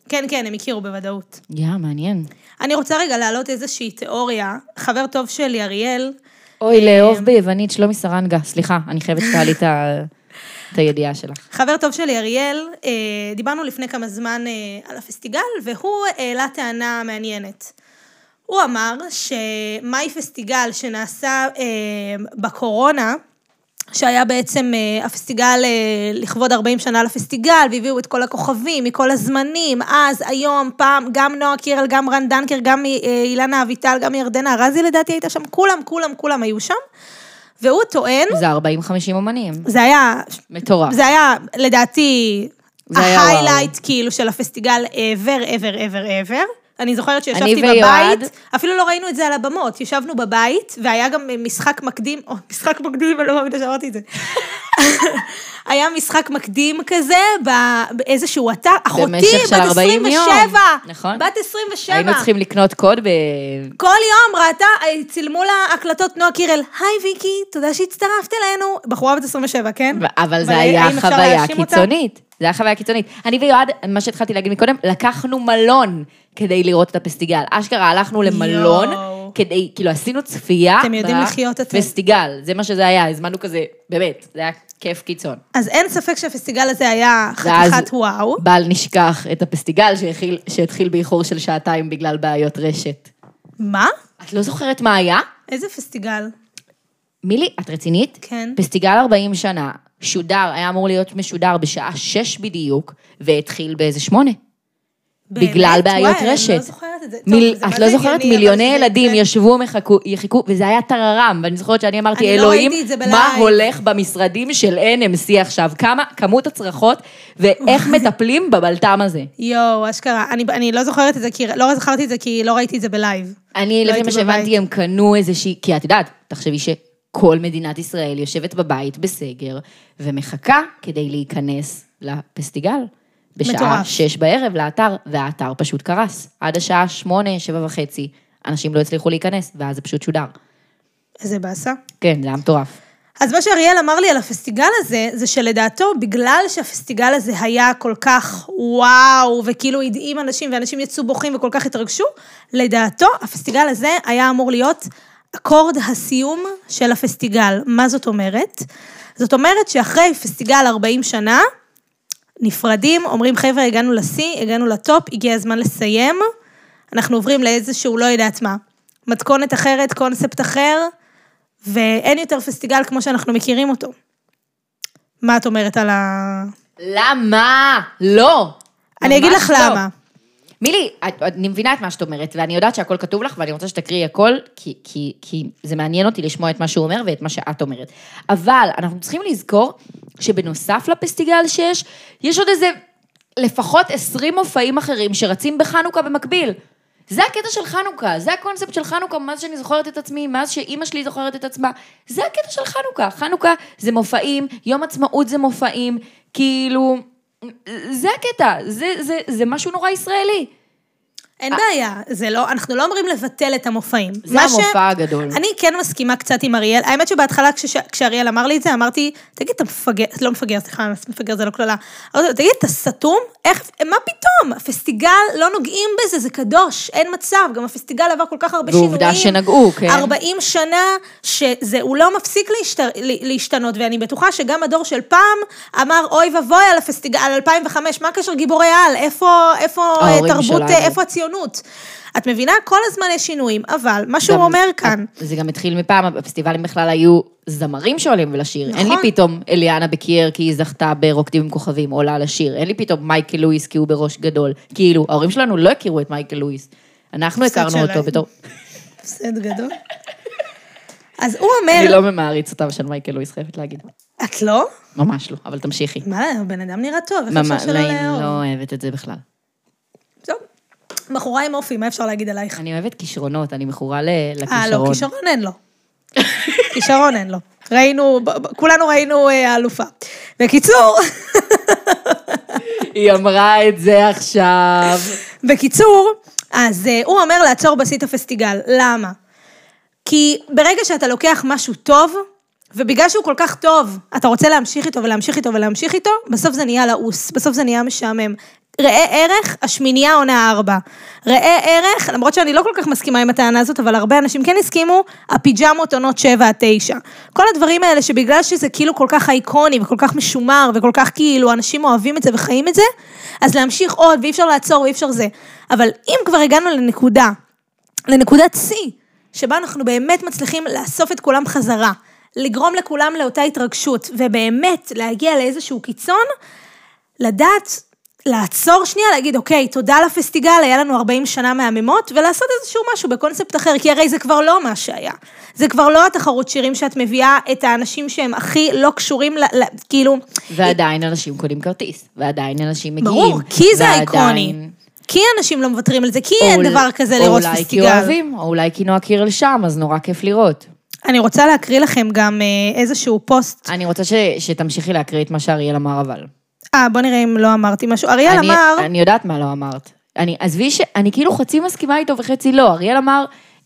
כן, כן, הם הכירו בוודאות. מעניין. אני רוצה רגע להעלות איזושהי תיאוריה. חבר טוב שלי, אריאל. אוי, לאהוב ביוונית, שלומי סרנגה. סליחה, אני חייבת שתעלי את הידיעה שלך. חבר טוב שלי, אריאל, דיברנו לפני כמה זמן על הפסטיגל, והוא העלה טענה מעניינת. הוא אמר שמאי פסטיגל שנעשה בקורונה, שהיה בעצם הפסטיגל לכבוד 40 שנה לפסטיגל, והביאו את כל הכוכבים מכל הזמנים, אז היום פעם גם נועה קירל, גם רן דנקר, גם אילנה אביטל, גם ירדנה ארזי לדעתי הייתה שם, כולם היו שם, והוא טוען... זה 40-50 אומנים. זה היה... מטורף. זה היה לדעתי ההיילייט כאילו של הפסטיגל ever. אני זוכרת שישבתי בבית, אפילו לא ראינו את זה על הבמות, ישבנו בבית, והיה גם משחק מקדים, אני לא מאמינה שאמרתי את זה. היה משחק מקדים כזה, באיזשהו אתר, אחותי, בת 27, נכון. בת 27. היינו צריכים לקנות קוד כל יום ראתה, צילמו לה הקלטות נועה קירל, היי ויקי, תודה שהצטרפת אלינו, בחורה בת 27, כן? אבל זה היה חוויה קיצונית. זה היה חוויה קיצונית. אני ויועד, מה שהתחלתי להגיד מקודם, לקחנו מלון כדי לראות את הפסטיגל. אשכרה, הלכנו למלון, כדי, כאילו, עשינו צפייה בפסטיגל. זה מה שזה היה, הזמנו כזה, באמת, זה היה כיף קיצון. אז אין ספק שהפסטיגל הזה היה חתיכת וואו. בל נשכח את הפסטיגל שהתחיל באיחור של שעתיים בגלל בעיות רשת. מה? את לא זוכרת מה היה? איזה פסטיגל? מילי, את רצינית? כן. פסטיגל 40 שנה, שודר, היה אמור להיות משודר בשעה 6 בדיוק, והתחיל באיזה 8. בגלל בעיות רשת. אני לא זוכרת את זה. את לא זוכרת, מיליוני ילדים ישבו, יחכו, וזה היה טררם, ואני זוכרת שאני אמרתי, אלוהים, מה הולך במשרדים של NMC עכשיו? כמות הצרכות, ואיך מטפלים בבלטם הזה? יואו, אשכרה. אני לא זוכרת את זה, לא זכרתי את זה, כי לא ראיתי את זה בלייב. אני, לפי מה שהבנתי, הם קנו איזושהי, כי את יודעת, תחשבי כל מדינת ישראל יושבת בבית בסגר, ומחכה כדי להיכנס לפסטיגל. בשעה 6 בערב לאתר, והאתר פשוט קרס. עד השעה 8, 7 וחצי, אנשים לא הצליחו להיכנס, ואז זה פשוט שודר. איזה באסה. כן, זה היה מטורף. אז מה שאריאל אמר לי על הפסטיגל הזה, זה שלדעתו, בגלל שהפסטיגל הזה היה כל כך וואו, וכאילו הדעים אנשים, ואנשים יצאו בוכים וכל כך התרגשו, לדעתו, הפסטיגל הזה היה אמור להיות אקורד הסיום של הפסטיגל. מה זאת אומרת? זאת אומרת שאחרי פסטיגל 40 שנה, נפרדים, אומרים חבר'ה, הגענו לשיא, הגענו לטופ, הגיע הזמן לסיים, אנחנו עוברים לאיזשהו לא יודעת מה, מתכונת אחרת, קונספט אחר, ואין יותר פסטיגל כמו שאנחנו מכירים אותו. מה את אומרת על למה? לא. אני אגיד לך למה. מילי, אני מבינה את מה שאת אומרת, ואני יודעת שהכל כתוב לך, ואני רוצה שתקריאי הכל, כי זה מעניין אותי לשמוע את מה שהוא אומר, ואת מה שאת אומרת. אבל אנחנו צריכים לזכור, שבנוסף לפסטיגל יש עוד איזה, לפחות 20 מופעים אחרים, שרצים בחנוכה במקביל. זה הקטע של חנוכה, זה הקונספט של חנוכה, מאז שאני זוכרת את עצמי, מאז שאימא שלי זוכרת את עצמה, זה הקטע של חנוכה. חנוכה זה מופעים, יום עצמאות זה מופעים, כאילו, זה הקטע, זה משהו נורא ישראלי. אין בעיה, אנחנו לא אומרים לבטל את המופעים. זה המופע הגדול. אני כן מסכימה קצת עם אריאל, האמת שבהתחלה כשאריאל אמר לי את זה, אמרתי, תגיד, אתה מפגר, לא מפגר, סליחה, מפגר זה לא כללה, תגיד, אתה סתום? מה פתאום? הפסטיגל לא נוגעים בזה, זה קדוש, אין מצב, גם הפסטיגל עבר כל כך הרבה שינויים. ועובדה שנגעו, כן. 40 שנה, שהוא לא מפסיק להשתנות, ואני בטוחה שגם הדור של פעם אמר, אוי ובוי על הפסטיגל, על 2005, מה קשר גיבורי על? איפה תרבות, איפה הציונות? את מבינה? כל הזמן יש שינויים, אבל מה שהוא אומר כאן... זה גם התחיל מפעם, הפסטיבלים בכלל היו זמרים שעולים ולשיר. אין לי פתאום אליאנה בקייר, כי היא זכתה ברוקדים עם כוכבים, עולה לשיר. אין לי פתאום מייקל לואיס, כי הוא בראש גדול. כאילו, ההורים שלנו לא הכירו את מייקל לואיס. אנחנו הכרנו אותו בתור... הפסד גדול. אז הוא אומר... אני לא ממעריץ אותה של מייקל לואיס, חייבת להגיד. את לא? ממש לא, אבל תמשיכי. מה, בן אדם נראה טוב, איך אפשר שלא לאהוב? אני לא אוהבת את זה בכלל. טוב. בחורה עם אופי, מה אפשר להגיד עלייך? אני אוהבת כישרונות, אני מכורה לכישרון. לא, כישרון אין לו. כישרון אין לו. כולנו ראינו האלופה. בקיצור... היא אמרה את זה עכשיו. בקיצור, אז הוא אומר לעצור בסית הפסטיגל. למה? כי ברגע שאתה לוקח משהו טוב, ובגלל שהוא כל כך טוב, אתה רוצה להמשיך איתו ולהמשיך איתו ולהמשיך איתו, בסוף זה נהיה לעוס, בסוף זה נהיה משעמם. ראה ערך, השמינייה עונה 4. ראה ערך, למרות שאני לא כל כך מסכימה עם הטענה הזאת, אבל הרבה אנשים כן הסכימו, הפיג'מות עונות 7-9. כל הדברים האלה שבגלל שזה כאילו כל כך אייקוני וכל כך משומר, וכל כך כאילו אנשים אוהבים את זה וחיים את זה, אז להמשיך עוד ואי אפשר לעצור ואי אפשר זה. אבל אם כבר הגענו לנקודת C, שבה אנחנו באמת מצליחים לאסוף את כולם חזרה, לגרום לכולם לאותה התרגשות, ובאמת להגיע לאיזשהו קיצון, לדעת, לעצור שנייה, להגיד, אוקיי, תודה לפסטיגל, היה לנו 40 שנה מהממות, ולעשות איזשהו משהו בקונספט אחר, כי הרי זה כבר לא מה שהיה. זה כבר לא התחרות שירים שאת מביאה את האנשים שהם הכי לא קשורים, כאילו... ועדיין אנשים קונים כרטיס, ועדיין אנשים מגיעים. ברור, כי זה אייקוני. כי אנשים לא מוותרים על זה, כי אין דבר כזה לראות פסטיגל. או אולי כי אוהבים, או אולי כי נועה קירל שם, אז נורא כיף לראות. אני רוצה להקריא לכם גם איזשהו פוסט. אני רוצה שתמשיכי להקריא את מה שאריאל אמר אבל. בוא נראה אם לא אמרתי משהו. אריאל אמר... אני יודעת מה לא אמרת. עזבי שאני כאילו חצי מסכימה איתו וחצי לא. אריאל אמר,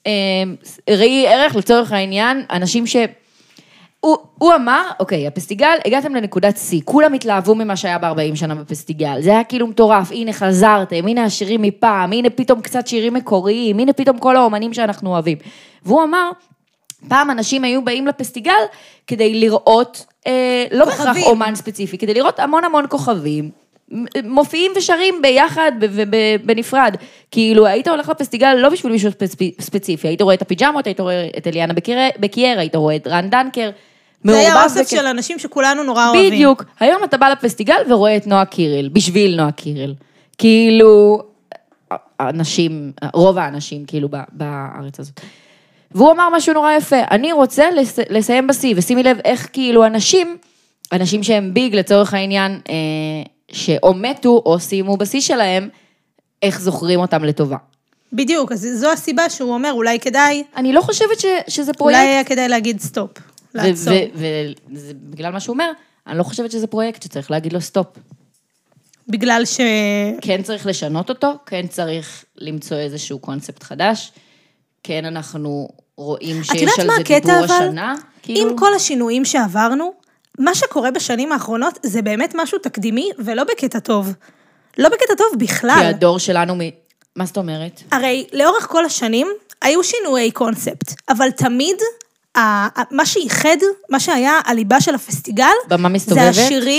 ראי ערך לצורך העניין, אנשים ש... הוא אמר, אוקיי, הפסטיגל, הגעתם לנקודת C, כולם התלהבו ממה שהיה ב-40 שנה בפסטיגל, זה היה כאילו מטורף, הנה חזרתם, הנה השירים מפעם, הנה פתאום קצת שירים מקוריים, הנה פתאום כל האומנים שאנחנו אוהבים. והוא אמר, פעם אנשים היו באים לפסטיגל כדי לראות, לא בהכרח אומן ספציפי, כדי לראות המון המון כוכבים, מופיעים ושרים ביחד ובנפרד, כאילו היית הולך לפסטיגל לא בשביל מישהו ספציפי, היית רואה את הפיג'מות, היית רואה את אליאנה בקייר, היית רואה את רן דנקר, זה היה אוסף של אנשים שכולנו נורא אוהבים. בדיוק, היום אתה בא לפסטיגל ורואה את נועה קירל, בשביל נועה קירל, כאילו, אנשים, רוב האנשים כאילו בארץ הזאת. והוא אמר משהו נורא יפה, אני רוצה לסיים בסי, ושימי לב איך כאילו אנשים שהם ביג לצורך העניין, שאו מתו או סיימו בסי שלהם, איך זוכרים אותם לטובה. בדיוק, אז זו הסיבה שהוא אומר, אולי כדאי... אני לא חושבת שזה פרויקט... אולי היה כדאי להגיד סטופ, לעצור. ובגלל מה שהוא אומר, אני לא חושבת שזה פרויקט שצריך להגיד לו סטופ. בגלל ש... כן צריך לשנות אותו, כן צריך למצוא איזשהו קונספט חדש, כן אנחנו רואים שיש על זה דיבור השנה. עם כל השינויים שעברנו, מה שקורה בשנים האחרונות זה באמת משהו תקדימי ולא בקטע טוב. לא בקטע טוב בכלל. כי הדור שלנו, מה זאת אומרת? הרי לאורך כל השנים היו שינויי קונספט, אבל תמיד מה שייחד, מה שהיה הליבה של הפסטיגל, במה מסתובבת?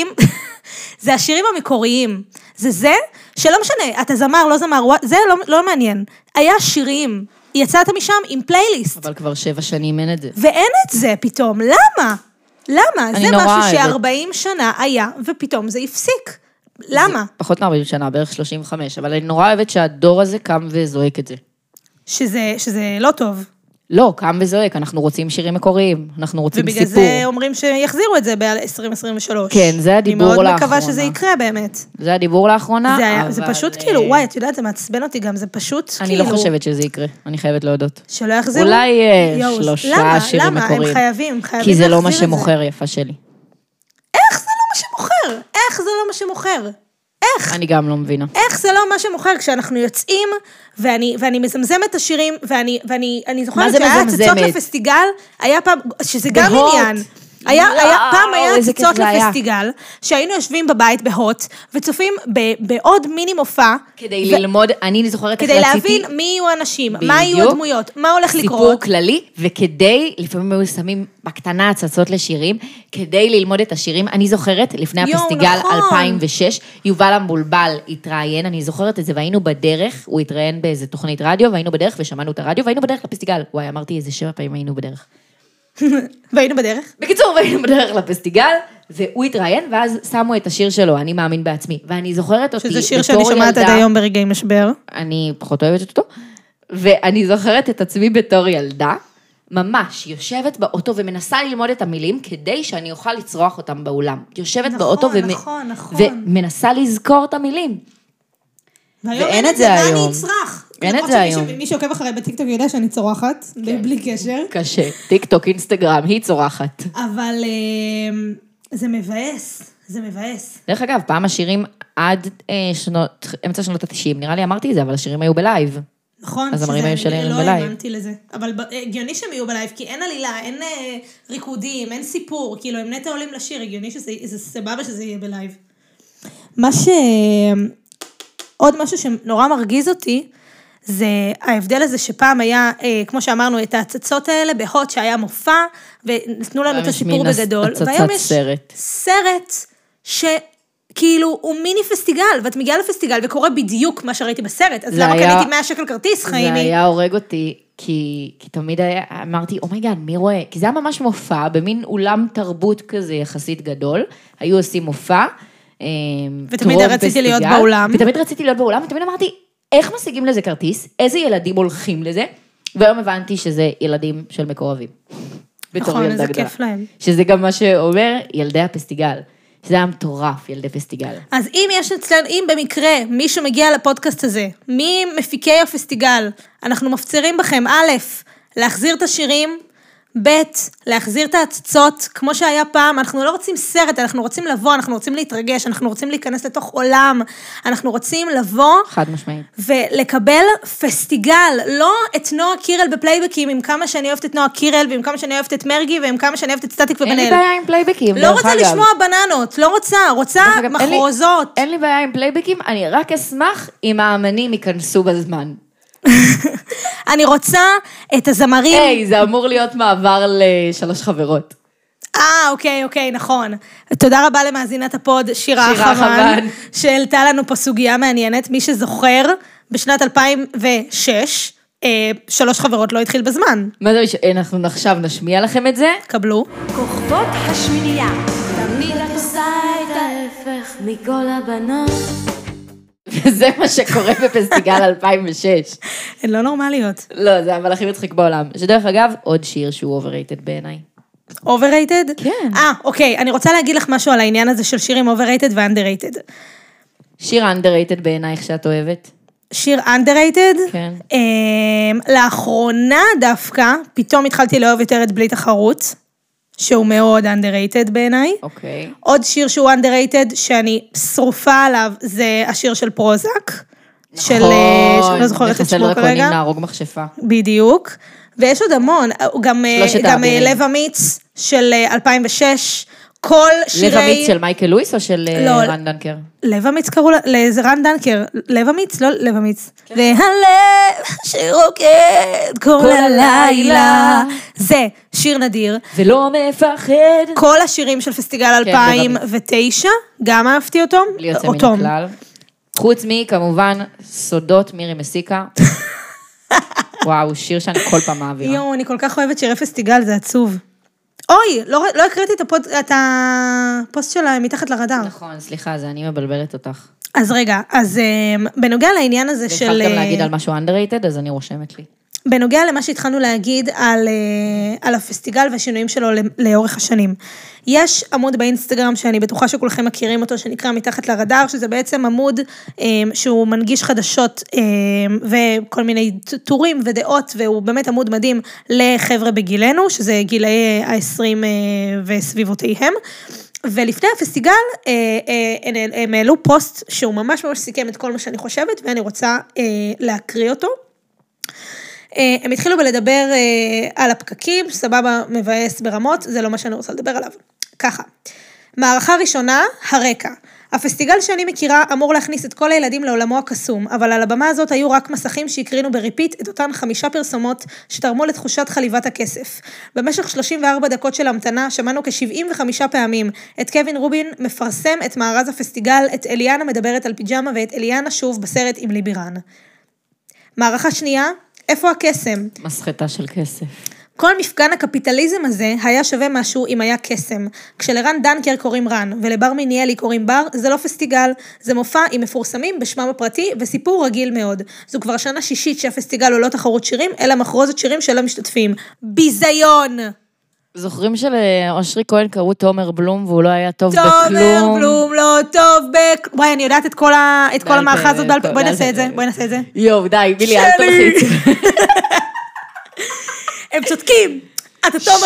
זה השירים המקוריים. זה שלא משנה, אתה זמר, לא זמר, זה לא מעניין. היה שירים, יצאת משם עם פלייליסט. אבל כבר 7 שנים אין את זה. ואין את זה פתאום, למה? למה? זה משהו ש40 שנה היה, ופתאום זה הפסיק. למה? פחות מ-40 שנה, בערך 35, אבל אני נורא אוהבת שהדור הזה קם וזועק את זה. שזה לא טוב. לא, קם וזועק, אנחנו רוצים שירים מקוריים, אנחנו רוצים סיפור. ובגלל זה אומרים שיחזירו את זה ב-2023. כן, זה הדיבור לאחרונה. אני מאוד מקווה שזה יקרה באמת. זה הדיבור לאחרונה. זה פשוט כאילו, וואי, את יודעת, זה מעצבן אותי גם, זה פשוט כאילו... אני לא חושבת שזה יקרה, אני חייבת להודות. שלא יחזירו? אולי 3 שירים מקוריים. למה? הם חייבים כי זה לא מה שמוכר, יפה שלי. איך זה לא מה שמוכר? איך זה לא מה שמוכר? איך? אני גם לא מבינה. איך זה לא מה שמוכר כשאנחנו יוצאים, ואני מזמזמת את השירים, ואני זוכרת שהיה צצות לפסטיגל, היה פעם, שזה גם עניין. פעם היה צצות לפסטיגל, שהיינו יושבים בבית בהוט, וצופים בעוד מיני מופע. כדי ללמוד, אני זוכרת כדי להבין מי יהיו האנשים, מה יהיו הדמויות, מה הולך לקרות. סיפור כללי, וכדי, לפעמים היו שמים בקטנה הצצות לשירים, כדי ללמוד את השירים, אני זוכרת, לפני הפסטיגל 2006, יובל המבולבל התראיין, אני זוכרת את זה, והיינו בדרך, הוא התראיין באיזה תוכנית רדיו, והיינו בדרך, ושמענו את הרדיו, והיינו בדרך לפסטיגל. וואי, אמרתי איזה 7 פעמים היינו בדרך. והיינו בדרך? בקיצור, והיינו בדרך לפסטיגל, והוא התראיין, ואז שמו את השיר שלו, אני מאמין בעצמי. ואני זוכרת אותי שזה שיר שאני שומעת עד היום ברגעי משבר. אני פחות אוהבת אותו. ואני זוכרת את עצמי בתור ילדה, ממש יושבת באוטו ומנסה ללמוד את המילים, כדי שאני אוכל לצרוח אותם באולם. יושבת באוטו ומנסה לזכור את המילים. ואין את זה היום. אין את זה היום. מי שעוקב אחרי בטיקטוק יודע שאני צורחת, בלי קשר. קשה. טיקטוק, אינסטגרם, היא צורחת. אבל זה מבאס, זה מבאס. דרך אגב, פעם השירים עד אמצע שנות ה-90, נראה לי אמרתי את זה, אבל השירים היו בלייב. נכון, הזמרים היו שרים לא בלייב. האמנתי לזה. אבל הגיוני שהם יהיו בלייב, כי אין עלילה, אין ריקודים, אין סיפור, כאילו הם נטע עולים לשיר, הגיוני שזה סבבה שזה יהיה בלייב. עוד משהו שנורא מרגיז אותי, זה ההבדל הזה שפעם היה, כמו שאמרנו, את ההצצות האלה בהוט שהיה מופע, ונתנו לנו את הסיפור בגדול, והיום יש סרט שכאילו הוא מיני פסטיגל, ואת מגיעה לפסטיגל וקורה בדיוק מה שראיתי בסרט, אז למה קניתי 100 שקל כרטיס, חיימי? זה היה הורג אותי, כי תמיד אמרתי, אומייגאד, מי רואה? כי זה היה ממש מופע, במין אולם תרבות כזה יחסית גדול, היו עושים מופע, ותמיד רציתי להיות באולם. ותמיד אמרתי, איך משיגים לזה כרטיס? איזה ילדים הולכים לזה? והיום הבנתי שזה ילדים של מקורבים. נכון, איזה כיף להם. שזה גם מה שאומר ילדי הפסטיגל. שזה היה מטורף, ילדי פסטיגל. אז אם במקרה מישהו מגיע לפודקאסט הזה, מי מפיקי הפסטיגל, אנחנו מפצירים בכם, א', להחזיר את השירים, ב', להחזיר את ההצצות, כמו שהיה פעם, אנחנו לא רוצים סרט, אנחנו רוצים לבוא, אנחנו רוצים להתרגש, אנחנו רוצים להיכנס לתוך עולם, אנחנו רוצים לבוא, חד משמעית. ולקבל פסטיגל, לא את נועה קירל בפלייבקים, עם כמה שאני אוהבת את נועה קירל, ועם כמה שאני אוהבת את מרגי, ועם כמה שאני אוהבת את סטטיק ובן אל. אין לי בעיה עם פלייבקים. לא רוצה לשמוע בננות, לא רוצה מחרוזות. אין לי בעיה עם פלייבקים, אני רק אשמח אם האמנים ייכנסו בזמן. אני רוצה את הזמרים. היי, זה אמור להיות מעבר ל3 חברות. אוקיי, נכון. תודה רבה למאזינת הפוד, שירה חמן, שהעלתה לנו פה סוגיה מעניינת. מי שזוכר, בשנת 2006, 3 חברות לא התחיל בזמן. מה זה, אנחנו עכשיו נשמיע לכם את זה? קבלו. כוכבות השמינייה, תמיד את עושה את ההפך מכל הבנות. וזה מה שקורה בפסטיגל 2006. הן לא נורמליות. לא, זה אבל הכי מצחיק בעולם. שדרך אגב, עוד שיר שהוא overrated בעיניי. overrated? כן. אוקיי, אני רוצה להגיד לך משהו על העניין הזה של שירים overrated ו-underrated. שיר underrated בעיניי, איך שאת אוהבת? שיר underrated? כן. לאחרונה דווקא, פתאום התחלתי לאהוב יותר את בלי תחרות. שהוא מאוד underrated בעיניי. אוקיי. עוד שיר שהוא underrated, שאני שרופה עליו, זה השיר של פרוזק. נכון. שלא זוכרת את שמו כרגע. נחסל דרקונים להרוג מכשפה. בדיוק. ויש עוד המון, גם לב אמיץ של 2006, כל שירי... לב אמיץ של מייקל לואיס או של רן דנקר? לב אמיץ קראו לה, זה רן דנקר. לב אמיץ? לא לב אמיץ. והלב שרוקד כל הלילה. זה שיר נדיר. ולא מפחד. כל השירים של פסטיגל 2009, גם אהבתי אותו. בלי יוצא מן הכלל. חוץ מי, כמובן, סודות מירי מסיקה. וואו, שיר שאני כל פעם מעבירה. יואו, אני כל כך אוהבת שירי פסטיגל, זה עצוב. אוי, לא הקראתי את הפוסט שלה מתחת לרדאר. נכון, סליחה, זה אני מבלבלת אותך. אז רגע, אז בנוגע לעניין הזה של... והתחלת גם להגיד על משהו underrated, אז אני רושמת לי. בנוגע למה שהתחלנו להגיד על הפסטיגל והשינויים שלו לאורך השנים. יש עמוד באינסטגרם שאני בטוחה שכולכם מכירים אותו, שנקרא מתחת לרדאר, שזה בעצם עמוד שהוא מנגיש חדשות וכל מיני טורים ודעות, והוא באמת עמוד מדהים לחבר'ה בגילנו, שזה גילאי ה-20 וסביבותיהם. ולפני הפסטיגל הם העלו פוסט שהוא ממש ממש סיכם את כל מה שאני חושבת, ואני רוצה להקריא אותו. הם התחילו בלדבר על הפקקים, סבבה, מבאס ברמות, זה לא מה שאני רוצה לדבר עליו. ככה, מערכה ראשונה, הרקע. הפסטיגל שאני מכירה אמור להכניס את כל הילדים לעולמו הקסום, אבל על הבמה הזאת היו רק מסכים שהקרינו בריפיט את אותן 5 פרסומות שתרמו לתחושת חליבת הכסף. במשך 34 דקות של המתנה שמענו כ75 פעמים את קווין רובין מפרסם את מארז הפסטיגל, את אליאנה מדברת על פיג'מה ואת אליאנה שוב בסרט עם ליבירן. מערכה שנייה, איפה הקסם? מסחטה של כסף. כל מפגן הקפיטליזם הזה היה שווה משהו אם היה קסם. כשלרן דנקר קוראים רן, ולבר מיניאלי קוראים בר, זה לא פסטיגל, זה מופע עם מפורסמים בשמם הפרטי, וסיפור רגיל מאוד. זו כבר שנה שישית שהפסטיגל הוא לא תחרות שירים, אלא מחרוזת שירים של המשתתפים. ביזיון! זוכרים שלאושרי כהן קראו תומר בלום, והוא לא היה טוב בכלום. תומר בלום לא טוב בכלום. וואי, אני יודעת את כל המערכה הזאת, בואי נעשה את זה, יואו, די, בילי, אל תלחיץ. הם צודקים. אתה תומר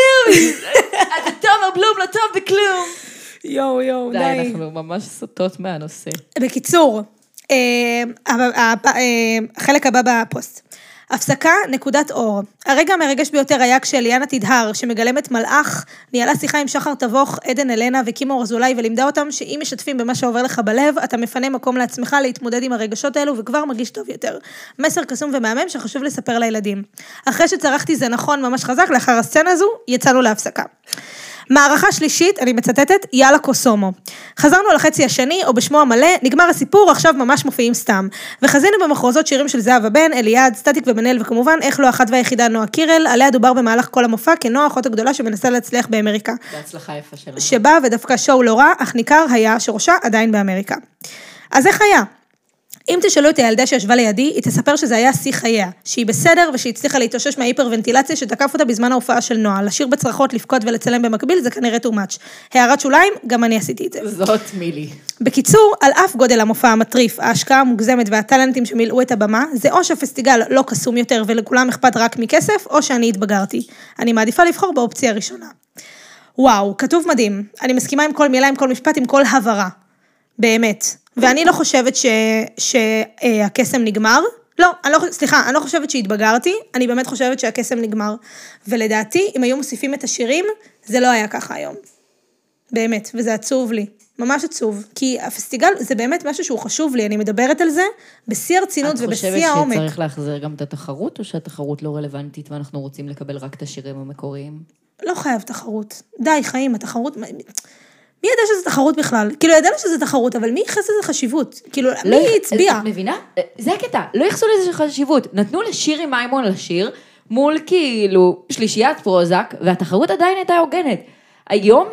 בלום לא טוב בכלום. יואו, די. אנחנו ממש סוטות מהנושא. בקיצור, החלק הבא בפוסט. הפסקה, נקודת אור. הרגע המרגש ביותר היה כשאליאנה תדהר, שמגלמת מלאך, ניהלה שיחה עם שחר תבוך, עדן אלנה וקימו רזולי, ולימדה אותם שאם משתפים במה שעובר לך בלב, אתה מפנה מקום לעצמך להתמודד עם הרגשות האלו, וכבר מרגיש טוב יותר. מסר קסום ומהמם שחשוב לספר לילדים. אחרי שצרחתי זה נכון ממש חזק, לאחר הסצנה הזו, יצאנו להפסקה. מערכה שלישית, אני מצטטת, יאללה קוסומו. חזרנו לחצי השני, או בשמו המלא, נגמר הסיפור, עכשיו ממש מופיעים סתם. וחזינו במחרוזות שירים של זהבה בן, אליעד, סטטיק ובנאל, וכמובן, איך לא אחת והיחידה נועה קירל, עליה דובר במהלך כל המופע, כנועה אחות הגדולה שמנסה להצליח באמריקה. בהצלחה יפה שלנו. שבא ודווקא שואו לא רע, אך ניכר היה שראשה עדיין באמריקה. אז איך היה? אם תשאלו את הילדה שישבה לידי, היא תספר שזה היה שיא חייה, שהיא בסדר ושהיא הצליחה להתאושש מההיפרוונטילציה שתקף אותה בזמן ההופעה של נועה, לשיר בצרחות, לבכות ולצלם במקביל, זה כנראה too much. הערת שוליים, גם אני עשיתי את זה. זאת מילי. בקיצור, על אף גודל המופע המטריף, ההשקעה המוגזמת והטלנטים שמילאו את הבמה, זה או שהפסטיגל לא קסום יותר ולכולם אכפת רק מכסף, או שאני התבגרתי. אני מעדיפה לבחור באופציה הראשונה. וואו, כתוב מדהים. אני מסכימה עם כל מילה, עם כל משפט, עם כל הברה. באמת. ואני לא חושבת שהקסם נגמר. לא, סליחה, אני לא חושבת שהתבגרתי, אני באמת חושבת שהקסם נגמר. ולדעתי, אם היו מוסיפים את השירים, זה לא היה ככה היום. באמת, וזה עצוב לי. ממש עצוב. כי הפסטיגל זה באמת משהו שהוא חשוב לי, אני מדברת על זה בשיא הרצינות ובשיא העומק. את חושבת שצריך להחזיר גם את התחרות, או שהתחרות לא רלוונטית ואנחנו רוצים לקבל רק את השירים המקוריים? לא חייב תחרות. די, חיים, התחרות... מי ידע שזה תחרות בכלל? כאילו, ידענו שזה תחרות, אבל מי ייחס לזה חשיבות? כאילו, מי הצביע? את מבינה? זה הקטע, לא ייחסו לזה חשיבות. נתנו לשירי מימון לשיר, מול כאילו שלישיית פרוזק, והתחרות עדיין הייתה הוגנת. היום,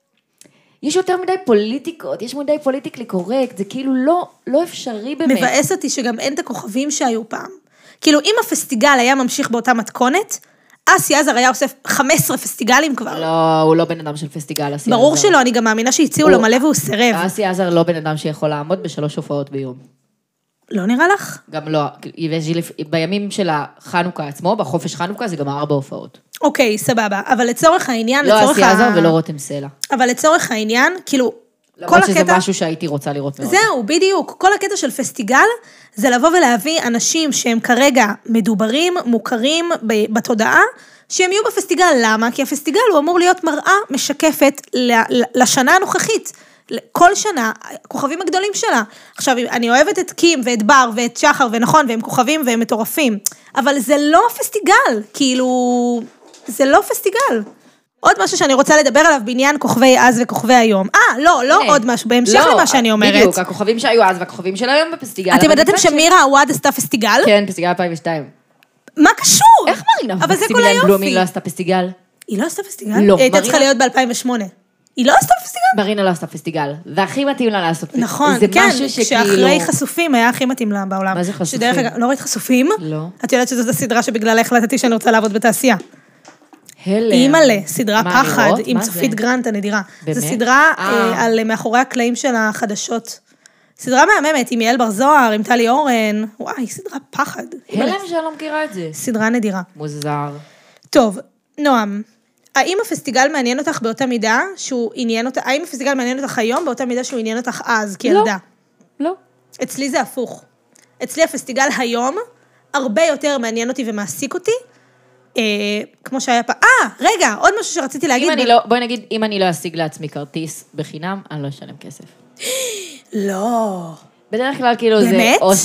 יש יותר מדי פוליטיקות, יש מדי פוליטיקלי קורקט, זה כאילו לא אפשרי באמת. מבאס אותי שגם אין את הכוכבים שהיו פעם. כאילו, אם הפסטיגל היה ממשיך באותה מתכונת, אסי עזר היה עושה 15 פסטיגלים כבר. לא, הוא לא בן אדם של פסטיגל, אסי עזר. ברור שלא, אני גם מאמינה שהציעו לו מלא והוא סירב. אסי עזר לא בן אדם שיכול לעמוד ב3 הופעות ביום. לא נראה לך? גם לא, בימים של החנוכה עצמו, בחופש חנוכה זה גם 4 הופעות. אוקיי, סבבה, אבל לצורך העניין, לא אסי עזר ולא רותם סלע. אבל לצורך העניין, כאילו, למרות שזה משהו שהייתי רוצה לראות מאוד. זהו, בדיוק. כל הקטע של פסטיגל, זה לבוא ולהביא אנשים שהם כרגע מדוברים, מוכרים בתודעה, שהם יהיו בפסטיגל. למה? כי הפסטיגל הוא אמור להיות מראה משקפת לשנה הנוכחית. כל שנה, הכוכבים הגדולים שלה. עכשיו, אני אוהבת את קים ואת בר ואת שחר ונכון, והם כוכבים והם מטורפים. אבל זה לא פסטיגל. כאילו, זה לא פסטיגל. עוד משהו שאני רוצה לדבר עליו בעניין כוכבי אז וכוכבי היום. לא עוד משהו, בהמשך למה שאני אומרת. בדיוק, הכוכבים שהיו אז והכוכבים של היום בפסטיגל. אתם ידעתם שמירה עווד עשתה פסטיגל? כן, פסטיגל 2002. מה קשור? איך מרינה? אבל זה כל היופי. היא לא עשתה פסטיגל? היא לא עשתה פסטיגל? לא. היא הייתה צריכה להיות ב-2008. היא לא עשתה פסטיגל? מרינה לא עשתה פסטיגל, והכי מתאים לה לעשות פסטיגל. נכון, כן, כשאחרי חסופים היה הכי מתאים לה בעולם. מה זה חשופים? לא ראית חשופים? לא. את יודעת שזאת הסדרה שבגללה החלטתי שאני רוצה לעבוד בתעשייה. הלם. אימא'לה, סדרה פחד, לראות? עם צופית גרנט הנדירה. באמת? זו סדרה על מאחורי הקלעים של החדשות. סדרה מהממת, עם יעל בר זוהר, עם טלי אורן. וואי, סדרה פחד. הלם שאני לא מכירה את זה. סדרה נדירה. מוזר. טוב, נועם, האם הפסטיגל מעניין אותך באותה מידה שהוא עניין אותך, האם הפסטיגל מעניין אותך היום באותה מידה שהוא עניין אותך אז, כילדה? לא. אצלי זה הפוך. אצלי הפסטיגל היום הרבה יותר מעניין אותי ומעסיק אותי, כמו שהיה פעם. רגע, עוד משהו שרציתי להגיד. בואי נגיד, אם אני לא אשיג לעצמי כרטיס בחינם, אני לא אשלם כסף. לא. בדרך כלל כאילו זה, באמת? או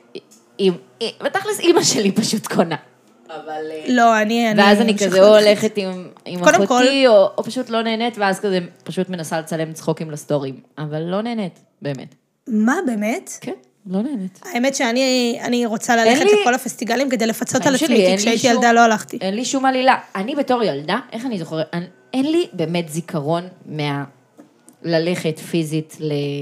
בתכלס אימא שלי פשוט קונה. אבל... לא, אני... ואז אני כזה או הולכת עם אחותי, או פשוט לא נהנית, ואז כזה פשוט מנסה לצלם צחוקים לסטורים. אבל לא נהנית, באמת. מה, באמת? כן, לא נהנית. האמת שאני רוצה ללכת לכל הפסטיגלים כדי לפצות על עצמי, כי כשהייתי ילדה לא הלכתי. אין לי שום עלילה. אני בתור ילדה, איך אני זוכרת? אין לי באמת זיכרון ללכת פיזית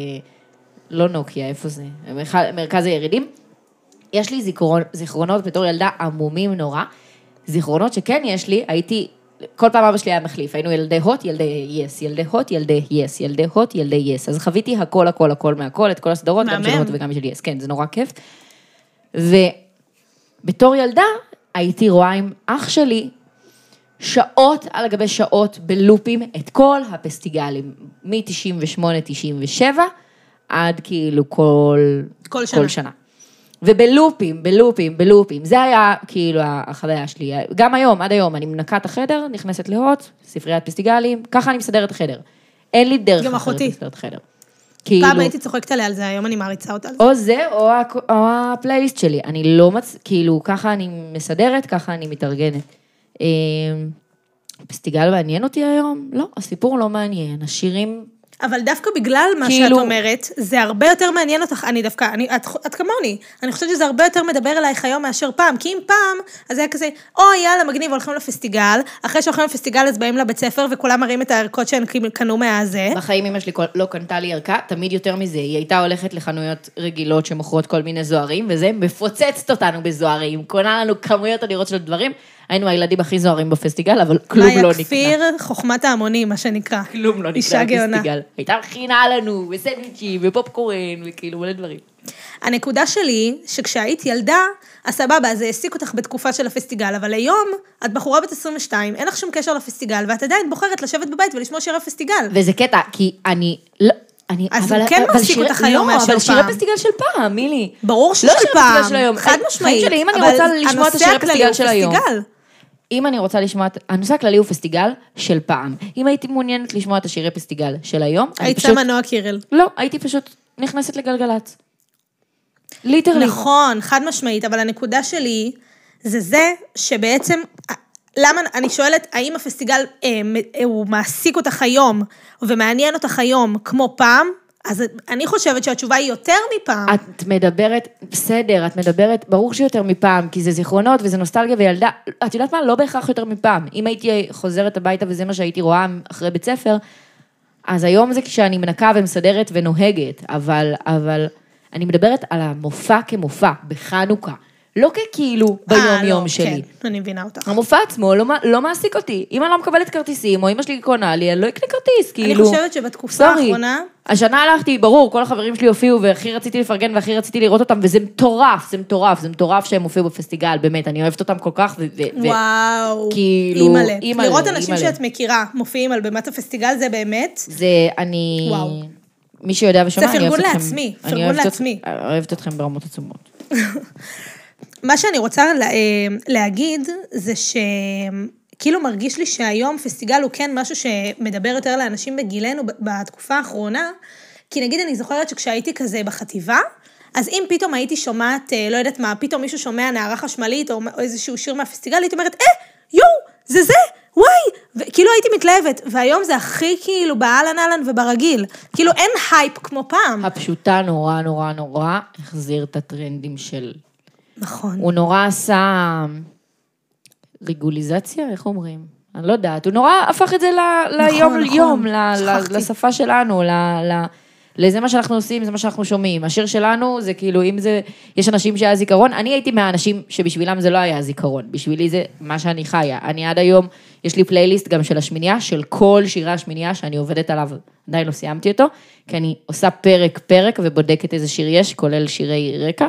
לא נוקיה, איפה זה? מרכז הירידים. יש לי זיכרונות בתור ילדה עמומים נורא, זיכרונות שכן יש לי, הייתי, כל פעם אבא שלי היה מחליף, היינו ילדי הוט, ילדי יס, ילדי הוט, ילדי יס, ילדי הוט, ילדי יס, אז חוויתי הכל מהכל, את כל הסדרות, גם של הוט וגם של יס, כן, זה נורא כיף, ובתור ילדה הייתי רואה עם אח שלי, שעות על גבי שעות בלופים, את כל הפסטיגלים, מ-98-97, עד כאילו כל שנה. שנה. ובלופים, זה היה כאילו החוויה שלי. גם היום, עד היום, אני מנקה את החדר, נכנסת להוט, ספריית פסטיגלים, ככה אני מסדר את החדר. אין לי דרך אחרת לסדר את החדר. פעם הייתי צוחקת עליה על זה, היום אני מעריצה אותה. או זה, או הפלייליסט שלי. אני לא כאילו, ככה אני מסדרת, ככה אני מתארגנת. פסטיגל מעניין אותי היום? לא, הסיפור לא מעניין. השירים... אבל דווקא בגלל מה שאת אומרת, זה הרבה יותר מעניין אותך, את כמוני, אני חושבת שזה הרבה יותר מדבר אלייך היום מאשר פעם, כי אם פעם, אז היה כזה, יאללה, מגניב, הולכים לפסטיגל, אחרי שהולכים לפסטיגל, אז באים לבית ספר, וכולם מראים את הערכות שהן קנו מהזה. בחיים אמא שלי לא קנתה לי ערכה, תמיד יותר מזה, היא הייתה הולכת לחנויות רגילות, שמוכרות כל מיני זוהרים, וזה מפוצצת אותנו בזוהרים, קונה לנו כמויות אדירות של דברים, היינו הילדים הכי זוהרים בפסטיגל, אבל כלום לא נקנה. כפיר חוכמת ההמונים, מה שנקרא. כלום לא נקנה בפסטיגל. הייתה מכינה לנו, וסנדוויצ'ים, ופופקורן, וכאילו מלא דברים. הנקודה שלי, שכשהיית ילדה, הסבבה, זה העסיק אותך בתקופה של הפסטיגל, אבל היום, את בחורה בת 22, אין לך שום קשר לפסטיגל, ואת עדיין בוחרת לשבת בבית ולשמוע שירי פסטיגל. וזה קטע, כי אני לא... אז הוא כן מעסיק אותך היום מאשר פעם. אבל שירי פסטיגל של פעם, מילי. ברור של פעם, חד משמעית. אם אני רוצה לשמוע את השירי פסטיגל של היום. אם אני רוצה לשמוע, הנושא הכללי הוא פסטיגל של פעם. אם הייתי מעוניינת לשמוע את השירי פסטיגל של היום, היית שמה נועה קירל. לא, הייתי פשוט נכנסת לגלגלת. ליטרלי. נכון, חד משמעית, אבל הנקודה שלי, זה שבעצם, למה, אני שואלת, האם הפסטיגל הוא מעסיק אותך היום, ומעניין אותך היום כמו פעם, אז אני חושבת שהתשובה היא יותר מפעם. את מדברת, בסדר, את מדברת, ברור שיותר מפעם, כי זה זיכרונות וזה נוסטלגיה וילדה, את יודעת מה? לא בהכרח יותר מפעם. אם הייתי חוזרת הביתה וזה מה שהייתי רואה אחרי בית ספר, אז היום זה כשאני מנקה ומסדרת ונוהגת, אבל אני מדברת על המופע כמופע, בחנוכה. לא ככאילו ביום יום שלי. כן, אני מבינה אותך. המופע עצמו לא מעסיק אותי. אם אני לא מקבלת כרטיסים, או אמא שלי קונה לי, אני לא אקנה כרטיס, כאילו. אני חושבת שבתקופה האחרונה... השנה הלכתי, ברור, כל החברים שלי הופיעו, והכי רציתי לפרגן, והכי רציתי לראות אותם, וזה מטורף, זה מטורף שהם הופיעו בפסטיגל, באמת, אני אוהבת אותם כל כך, וואו, כאילו, אימא'לה. לראות אנשים שאת מכירה, מופיעים על במת הפסטיגל, זה באמת... זה, מי שיודע ושומע, זה פרגון לעצמי, פרגון לעצמי. אוהבת אתכם ברמות עצומות. מה שאני רוצה להגיד, זה שכאילו מרגיש לי שהיום פסטיגל הוא כן משהו שמדבר יותר לאנשים בגילנו בתקופה האחרונה, כי נגיד אני זוכרת שכשהייתי כזה בחטיבה, אז אם פתאום הייתי שומעת, לא יודעת מה, פתאום מישהו שומע נערה חשמלית או איזשהו שיר מהפסטיגל, הייתי אומרת, זה, וואי, וכאילו הייתי מתלהבת, והיום זה הכי כאילו באלן וברגיל, כאילו אין הייפ כמו פעם. הפשוטה נורא החזיר את הטרנדים של... נכון. הוא נורא עשה רגוליזציה, איך אומרים? אני לא יודעת, הוא נורא הפך את זה ליום-יום, לשפה שלנו, לזה מה שאנחנו עושים, זה מה שאנחנו שומעים. השיר שלנו זה כאילו, אם זה, יש אנשים שהיה זיכרון, אני הייתי מהאנשים שבשבילם זה לא היה זיכרון, בשבילי זה מה שאני חיה. אני עד היום, יש לי פלייליסט גם של השמינייה, של כל שירי השמינייה שאני עובדת עליו, עדיין לא סיימתי אותו, כי אני עושה פרק ובודקת איזה שיר יש, כולל שירי רקע.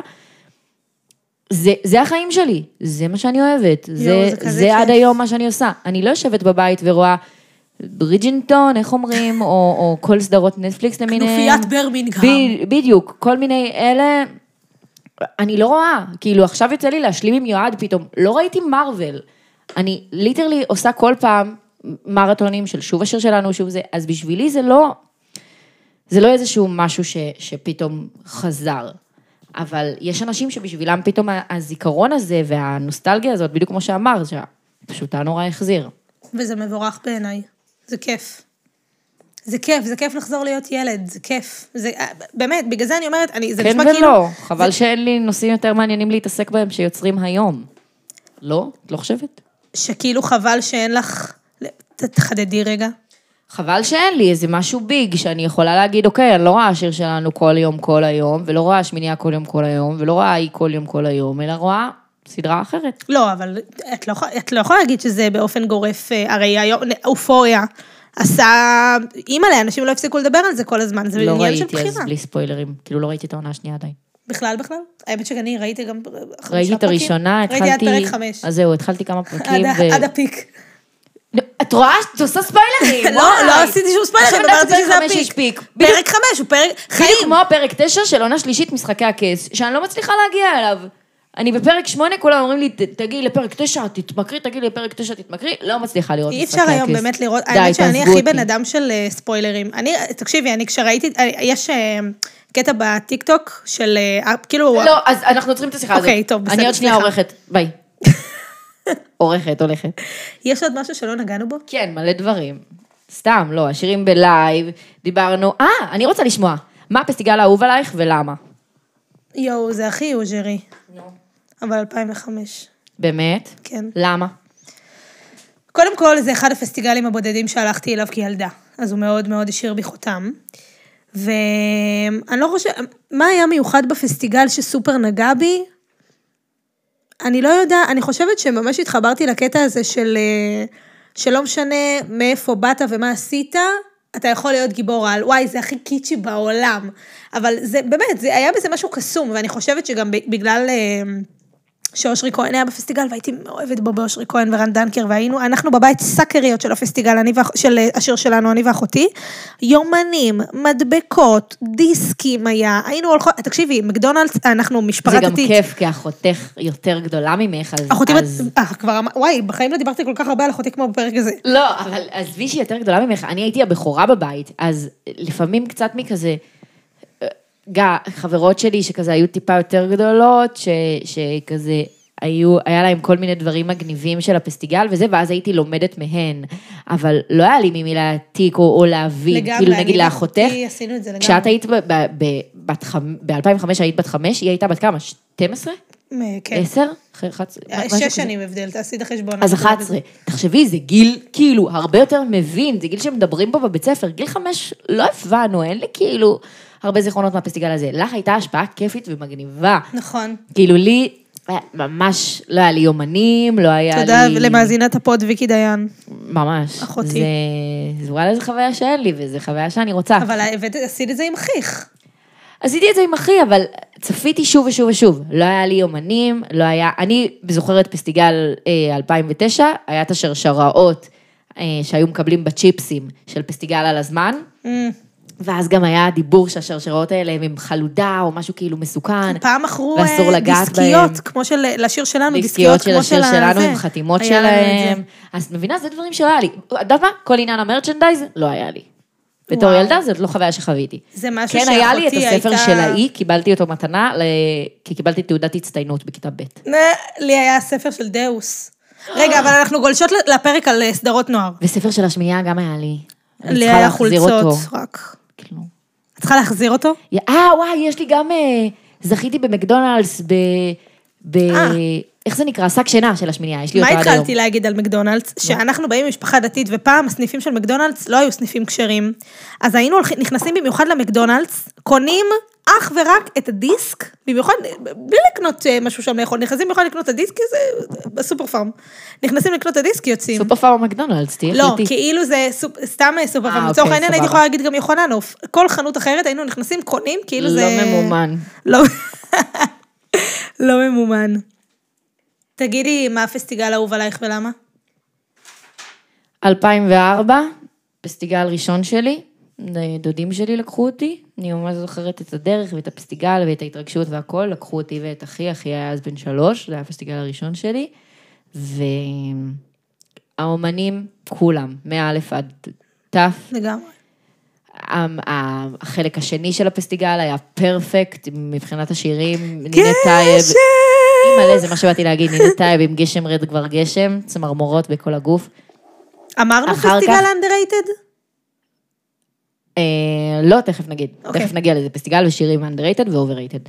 זה החיים שלי, זה מה שאני אוהבת, זה עד היום מה שאני עושה. אני לא יושבת בבית ורואה ברידג'ינגטון, איך אומרים, או כל סדרות נטפליקס למיניהם. כנופיית ברמינגהאם. בדיוק, כל מיני אלה, אני לא רואה, כאילו עכשיו יוצא לי להשלים עם יועד פתאום, לא ראיתי מרוול, אני ליטרלי עושה כל פעם מרתונים של שוב השיר שלנו, שוב זה, אז בשבילי זה לא איזשהו משהו שפתאום חזר. אבל יש אנשים שבשבילם פתאום הזיכרון הזה והנוסטלגיה הזאת, בדיוק כמו שאמר, שפשוט נורא החזיר. וזה מבורך בעיניי, זה כיף. זה כיף לחזור להיות ילד, זה כיף. זה, באמת, בגלל זה אני אומרת, זה כן נשמע ולא, כאילו... חבל שאין לי נושאים יותר מעניינים להתעסק בהם שיוצרים היום. לא? את לא חושבת? שכאילו חבל שאין לך... תחדדי רגע. חבל שאין לי איזה משהו ביג, שאני יכולה להגיד, אוקיי, אני לא רואה השיר שלנו כל יום, כל היום, ולא רואה השמינייה כל יום, כל היום, ולא רואה היא כל יום, כל היום, אלא רואה סדרה אחרת. לא, אבל את לא יכולה להגיד שזה באופן גורף, הרי היום, אופוריה, עשה, אימא'לה, אנשים לא הפסיקו לדבר על זה כל הזמן, זה עניין של בחירה. לא ראיתי, אז בלי ספוילרים, כאילו לא ראיתי את העונה השנייה עדיין. בכלל? האמת שאני ראיתי גם... ראיתי את הראשונה, ראיתי עד פרק 5. אז זהו, התחלתי כמה פרקים. עד הפיק. את רואה? את עושה ספיילרים. לא עשיתי שום ספיילרים, אמרתי שזה הפיק. פרק 5 הוא פרק חיים. בדיוק כמו פרק 9 של עונה שלישית משחקי הכס, שאני לא מצליחה להגיע אליו. אני בפרק 8, כולם אומרים לי, תגיעי לפרק 9, תתמכרי, תגיעי לפרק 9, תתמכרי, לא מצליחה לראות אי אפשר היום באמת לראות, האמת שאני הכי בן אדם של ספוילרים. תקשיבי, אני כשראיתי, יש קטע בטיקטוק של, כאילו... לא, אז אנחנו עוצרים את השיחה הזאת. אוקיי, טוב, בסדר. אני עוד שנייה עורכת, ביי. הולכת. יש עוד משהו שלא נגענו בו? כן, מלא דברים. סתם, לא, השירים בלייב, דיברנו, אני רוצה לשמוע, מה הפסטיגל האהוב עלייך ולמה? יואו, זה הכי יוז'רי. אבל 2005. באמת? כן. למה? קודם כל, זה אחד הפסטיגלים הבודדים שהלכתי אליו כילדה. אז הוא מאוד מאוד השאיר בי חותם. ואני לא חושבת, מה היה מיוחד בפסטיגל שסופר נגע בי? אני לא יודעת, אני חושבת שממש התחברתי לקטע הזה שלא משנה מאיפה באת ומה עשית, אתה יכול להיות גיבור על, וואי, זה הכי קיצ'י בעולם. אבל זה באמת, זה היה בזה משהו קסום, ואני חושבת שגם בגלל שאושרי כהן היה בפסטיגל, והייתי מאוהבת בו באושרי כהן ורן דנקר, אנחנו בבית סאקריות של הפסטיגל, של השיר שלנו, אני ואחותי, יומנים, מדבקות, דיסקים היה, היינו הולכות, תקשיבי, מקדונלדס, אנחנו משפחת זה גם כיף, כי אחותך יותר גדולה ממך, אז... אחותי, כבר, וואי, בחיים לא דיברתי כל כך הרבה על אחותי כמו בפרק הזה. לא, אבל עזבי שהיא יותר גדולה ממך, אני הייתי הבכורה בבית, אז לפעמים קצת מכזה... חברות שלי שכזה היו טיפה יותר גדולות, שכזה היה להם כל מיני דברים מגניבים של הפסטיגל וזה, ואז הייתי לומדת מהן, אבל לא היה לי ממי להעתיק או להבין, כאילו נגיד לאחותך, כשאת היית ב-2005 היית בת 5, היא הייתה בת כמה? 12? כן. 10? 6 שנים הבדל, תעשי את החשבון. אז 11, תחשבי, זה גיל כאילו הרבה יותר מבין, זה גיל שמדברים פה בבית ספר, גיל 5 לא הבנו, אין לי כאילו... הרבה זיכרונות מהפסטיגל הזה. לך הייתה השפעה כיפית ומגניבה. נכון. כאילו לי, ממש לא היה לי יומנים, לא היה לי... תודה למאזינת הפוד ויקי דיין. ממש. אחותי. זה וואלה, זו חוויה שאין לי, וזו חוויה שאני רוצה. אבל עשית את זה עם אחיך. עשיתי את זה עם אחי, אבל צפיתי שוב ושוב ושוב. לא היה לי יומנים, לא היה... אני זוכרת פסטיגל 2009, היה את השרשראות שהיו מקבלים בצ'יפסים של פסטיגל על הזמן. ואז גם היה דיבור שהשרשראות האלה הם עם חלודה, או משהו כאילו מסוכן. פעם מכרו דיסקיות, כמו של לשיר שלנו, דיסקיות של השיר שלנו, עם חתימות שלהם. אז מבינה, זה דברים שלא היה לי. יודעת מה? כל עניין המרצ'נדייז לא היה לי. בתור ילדה, זאת לא חוויה שחוויתי. זה משהו כן, היה לי את הספר של האי, קיבלתי אותו מתנה, כי קיבלתי תעודת הצטיינות בכיתה ב'. לי היה הספר של דאוס. רגע, אבל אנחנו גולשות לפרק על סדרות נוער. וספר של השמיעה גם היה לי. לי היה חולצות, רק. את צריכה להחזיר אותו? וואי, יש לי גם, זכיתי במקדונלדס, איך זה נקרא? שק שינה של השמיניה, יש לי אותו עד היום. מה התחלתי להגיד על מקדונלדס? שאנחנו באים ממשפחה דתית, ופעם הסניפים של מקדונלדס לא היו סניפים כשרים. אז היינו נכנסים במיוחד למקדונלדס, קונים אך ורק את הדיסק, במיוחד, בלי לקנות משהו שם לאכול, נכנסים במיוחד לקנות את הדיסק, כי זה בסופר פארם. נכנסים לקנות את הדיסק, יוצאים. סופר פארם מקדונלדס, תהיה חלטי. לא, כאילו זה סתם סופר פארם. לצורך העניין הייתי יכולה להגיד גם יוחננוף. כל חנות אחרת היינו נכנסים, קונים, כאילו זה... לא ממומן. לא ממומן. תגידי, מה הפסטיגל האהוב עלייך ולמה? 2004, פסטיגל ראשון שלי, דודים שלי לקחו אותי, אני ממש זוכרת את הדרך ואת הפסטיגל ואת ההתרגשות והכל, לקחו אותי ואת אחי היה אז בן 3, זה היה הפסטיגל הראשון שלי, והאומנים כולם, מאלף עד תף. לגמרי. החלק השני של הפסטיגל היה פרפקט, מבחינת השירים, גשם! נינת טייב, אימא'לה, זה מה שבאתי להגיד, נינת טייב עם גשם רד כבר גשם, צמרמורות בכל הגוף. אמרנו פסטיגל underrated? לא, תכף נגיד, תכף נגיע לזה, פסטיגל ושירים underrated ו-overrated.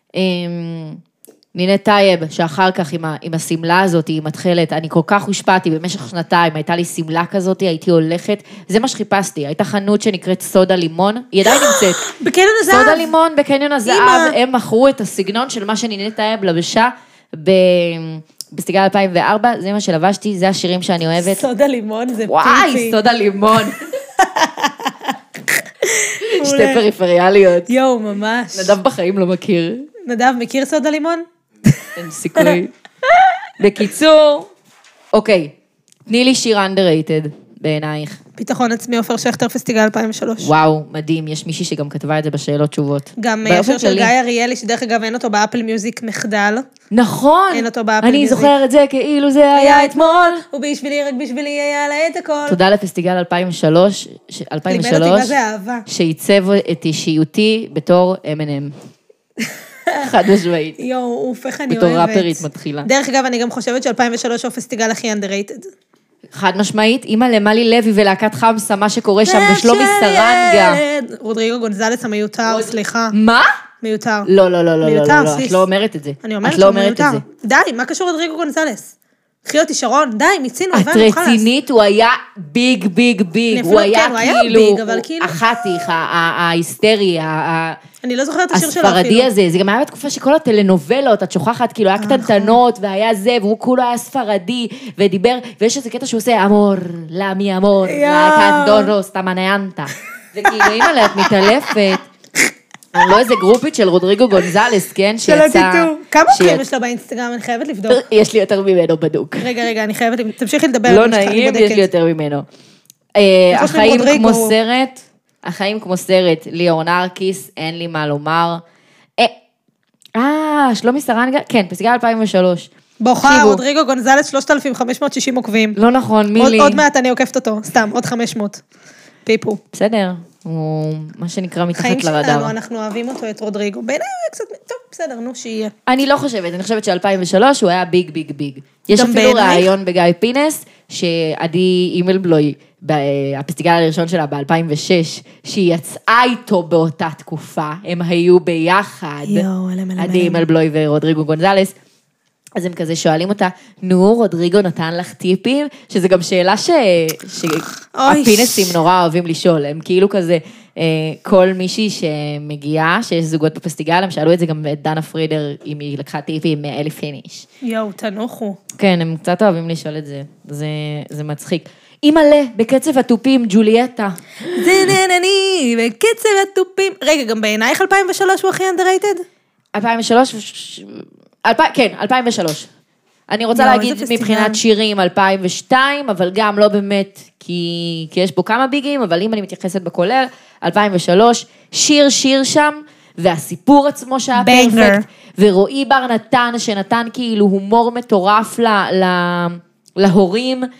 נינת טייב, שאחר כך עם הסמלה הזאת, היא מתחלת, אני כל כך הושפעתי במשך שנתיים, הייתה לי סמלה כזאת, הייתי הולכת, זה מה שחיפשתי, הייתה חנות שנקראת סודה לימון, היא עדיין נמצאת. בקניון הזהב. סודה לימון בקניון הזהב, הם מכרו את הסגנון של מה שנינת טייב לבשה, בסטיגל 2004, זה מה שלבשתי, זה השירים שאני אוהבת. סודה לימון זה פיפי. וואי, סודה לימון. שתי פריפריאליות. יואו, ממש. נדב בחיים לא מכיר. נדב, מכיר סודה לימון? אין סיכוי. בקיצור, אוקיי, תני לי שיר underrated בעינייך. ביטחון עצמי, עופר שכטר, פסטיגל 2003. וואו, מדהים, יש מישהי שגם כתבה את זה בשאלות תשובות. גם השיר של גיא אריאלי, שדרך אגב אין אותו באפל מיוזיק מחדל. נכון. אין אותו באפל אני מיוזיק. זוכר את זה כאילו זה היה אתמול. ובשבילי, רק בשבילי היה לה את הכל. תודה לפסטיגל 2003, לימד אותי מה זה אהבה. שעיצב את אישיותי בתור M&M. חד משמעית. יואו, אוף, איך אני אוהבת. בתור ראפרית מתחילה. דרך אגב, אני גם חושבת ש2003 הוא הפסטיגל הכי underrated. חד משמעית, אימא למלי לוי ולהקת חמסה, מה שקורה שם בשלומי סרנגה. רודריגו גונזלס המיותר, סליחה. מה? מיותר. לא, את לא אומרת את זה. אני אומרת שהוא מיותר. די, מה קשור רודריגו גונזלס? קחי אותי שרון, די, מיצינו, הבנו, חלאס. את רצינית, הוא היה ביג, ביג, ביג. הוא היה כאילו החתיך, ההיסטרי, אני לא זוכרת את השיר שלו אפילו. הספרדי הזה, זה גם היה בתקופה שכל הטלנובלות, את שוכחת, כאילו היה קטנטנות, והיה זה, והוא כולו היה ספרדי, ודיבר, ויש איזה קטע שהוא עושה, אמור, למי אמור, לקנדורוס, תמניאנטה. וכאילו, אימא לה, את מתעלפת. אני לא איזה גרופית של רודריגו גונזלס, כן? של הטיטו. כמה אחרים יש לה באינסטגרם? אני חייבת לבדוק. יש לי יותר ממנו בדוק. רגע, אני חייבת, תמשיכי לדבר. לא נעים, יש לי יותר ממנו. החיים כמו סרט, ליאור נרקיס, אין לי מה לומר. שלומי סרנגה, כן, פסטיגל 2003. בוכה, רודריגו גונזלס, 3,560 עוקבים. לא נכון, מילי. עוד מעט אני עוקפת אותו, סתם, עוד 500. פיפו. בסדר, הוא מה שנקרא מתחת לרדאר. חיים שלנו, אנחנו אוהבים אותו, את רודריגו. בעיניי הוא קצת, טוב, בסדר, נו, שיהיה. אני לא חושבת, אני חושבת ש2003 הוא היה ביג, ביג, ביג. יש אפילו רעיון בגיא פינס, שעדי אימלבלוי, הפסטיגל הראשון שלה ב-2006, שהיא יצאה איתו באותה תקופה, הם היו ביחד, עדי אימלבלוי ורודריגו גונזלס, אז הם כזה שואלים אותה, נו, רודריגו נתן לך טיפים? שזה גם שאלה שהפינסים נורא אוהבים לשאול, הם כאילו כזה, כל מישהי שמגיעה, שיש זוגות בפסטיגל, הם שאלו את זה גם את דנה פרידר, אם היא לקחה טיפים מאלי פיניש. יואו, תנוחו. כן, הם קצת אוהבים לשאול את זה, זה מצחיק. אימא'לה, בקצב הטופים, ג'ולייטה. זה נהנני, בקצב הטופים. רגע, גם בעינייך 2003 הוא הכי underrated? 2003, כן, 2003. אני רוצה להגיד מבחינת שירים 2002, אבל גם לא באמת, כי יש בו כמה ביגים, אבל אם אני מתייחסת בכולל, 2003, שיר שם, והסיפור עצמו שהיה פרפקט, ורועי בר נתן, שנתן כאילו הומור מטורף להורים,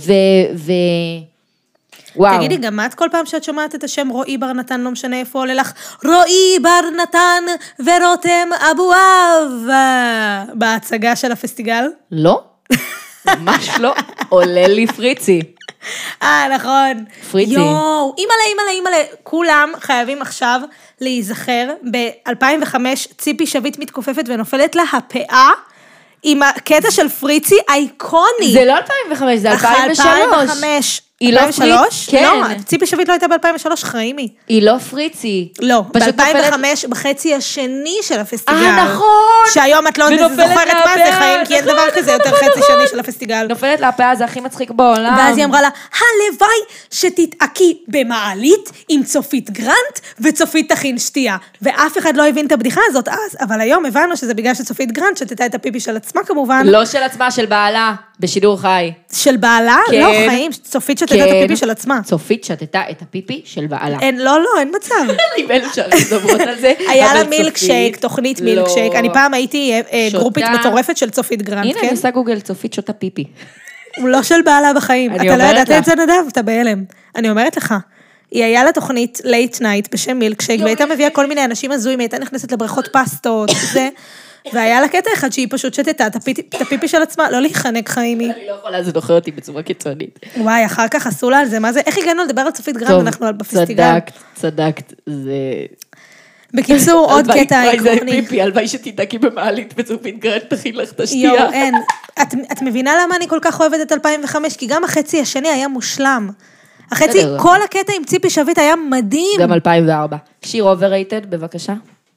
וואו. תגידי, גם את כל פעם שאת שומעת את השם רועי בר נתן, לא משנה איפה עולה לך, רועי בר נתן ורותם אבואב, בהצגה של הפסטיגל? לא, ממש לא, עולה לי פריצי. נכון. פריצי. יואו, אימא'לה, כולם חייבים עכשיו להיזכר, ב-2005 ציפי שביט מתכופפת ונופלת לה הפאה, עם הקטע של פריצי אייקוני. זה לא 2005, זה 2003. 2005. היא לא פריצי? כן. לא, ציפי שביט לא הייתה ב-2003, חיימי. היא לא פריצי. לא, ב-2005, בחצי השני של הפסטיגל. נכון. שהיום את לא זוכרת מה זה חיים, כי אין דבר כזה יותר חצי שני של הפסטיגל. נופלת להפעה, זה הכי מצחיק בעולם. ואז היא אמרה לה, הלוואי שתתעקי במעלית עם צופית גרנט, וצופית תכין שתייה. ואף אחד לא הבין את הבדיחה הזאת אז, אבל היום הבנו שזה בגלל שצופית גרנט שתתה את הפיפי של עצמה כמובן. לא של עצמה, של בעלה, בשידור חי. של בעלה? לא, חיים, צופית שתתה את הפיפי של עצמה. צופית שתתה את הפיפי של בעלה. לא, אין מצב. אם אין אפשר לדברות על זה. היה לה מילקשייק, תוכנית מילקשייק. אני פעם הייתי גרופית מטורפת של צופית גרנט, כן? הנה, אני עושה גוגל, צופית שותה פיפי. הוא לא של בעלה בחיים. אתה לא ידעת את זה נדב, אתה בהלם. אני אומרת לך, היא היה לה תוכנית late night בשם מילקשייק, והייתה מביאה כל מיני אנשים הזויים, הייתה נכנסת לבריכות פסטות, זה, והיה לה קטע אחד שהיא פשוט שתתה את הפיפי של עצמה, לא להיחנק חיימי. אני לא יכולה, זה דוחה אותי בצורה קיצונית. וואי, אחר כך עשו לה על זה, מה זה? איך הגענו לדבר על צופית גרנט, אנחנו בפסטיגל? צדקת, זה... בקיצור, עוד קטע עקרוני. הלוואי שתדעקי במעלית בצופית גרנט, תכין לך את השתייה. יואו, אין. את מבינה למה אני כל כך אוהבת את 2005? כי גם החצי השני היה מושלם. החצי, כל הקטע עם ציפי שביט היה מדהים. גם 2004. שיר overrated, בבקשה.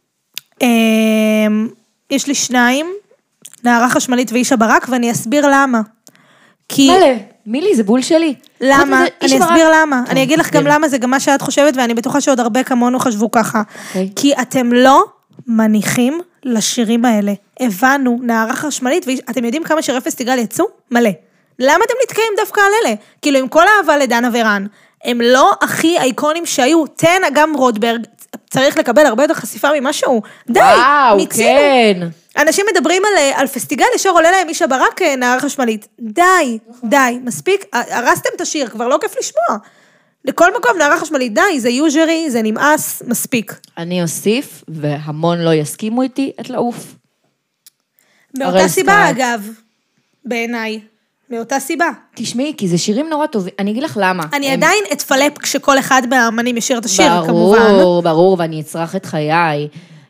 יש לי 2, נערה חשמלית ואישה ברק, ואני אסביר למה. מלא, מילי, זה בול שלי. למה? אני אסביר למה. אני אגיד לך גם למה, זה גם מה שאת חושבת, ואני בטוחה שעוד הרבה כמונו חשבו ככה. כי אתם לא מניחים לשירים האלה. הבנו, נערה חשמלית, ואתם יודעים כמה שירי פסטיגל יצאו? מלא. למה אתם נתקעים דווקא על אלה? כאילו, עם כל האהבה לדנה ורן, הם לא הכי אייקונים שהיו, תן אגם רוטברג, צריך לקבל הרבה יותר חשיפה ממשהו. די, מיצינו. כן. אנשים מדברים על פסטיגל, ישר עולה להם מישה ברק נערה חשמלית. די, מספיק, הרסתם את השיר, כבר לא כיף לשמוע. לכל מקום נערה חשמלית, די, זה יוז'רי, זה נמאס, מספיק. אני אוסיף, והמון לא יסכימו איתי, את לעוף. מאותה סיבה, אגב, בעיניי. מאותה סיבה. תשמעי, כי זה שירים נורא טובים, אני אגיד לך למה. אני עדיין אתפלפ כשכל אחד מהאמנים ישיר את השיר, כמובן. ברור, ואני אצרח את חיי,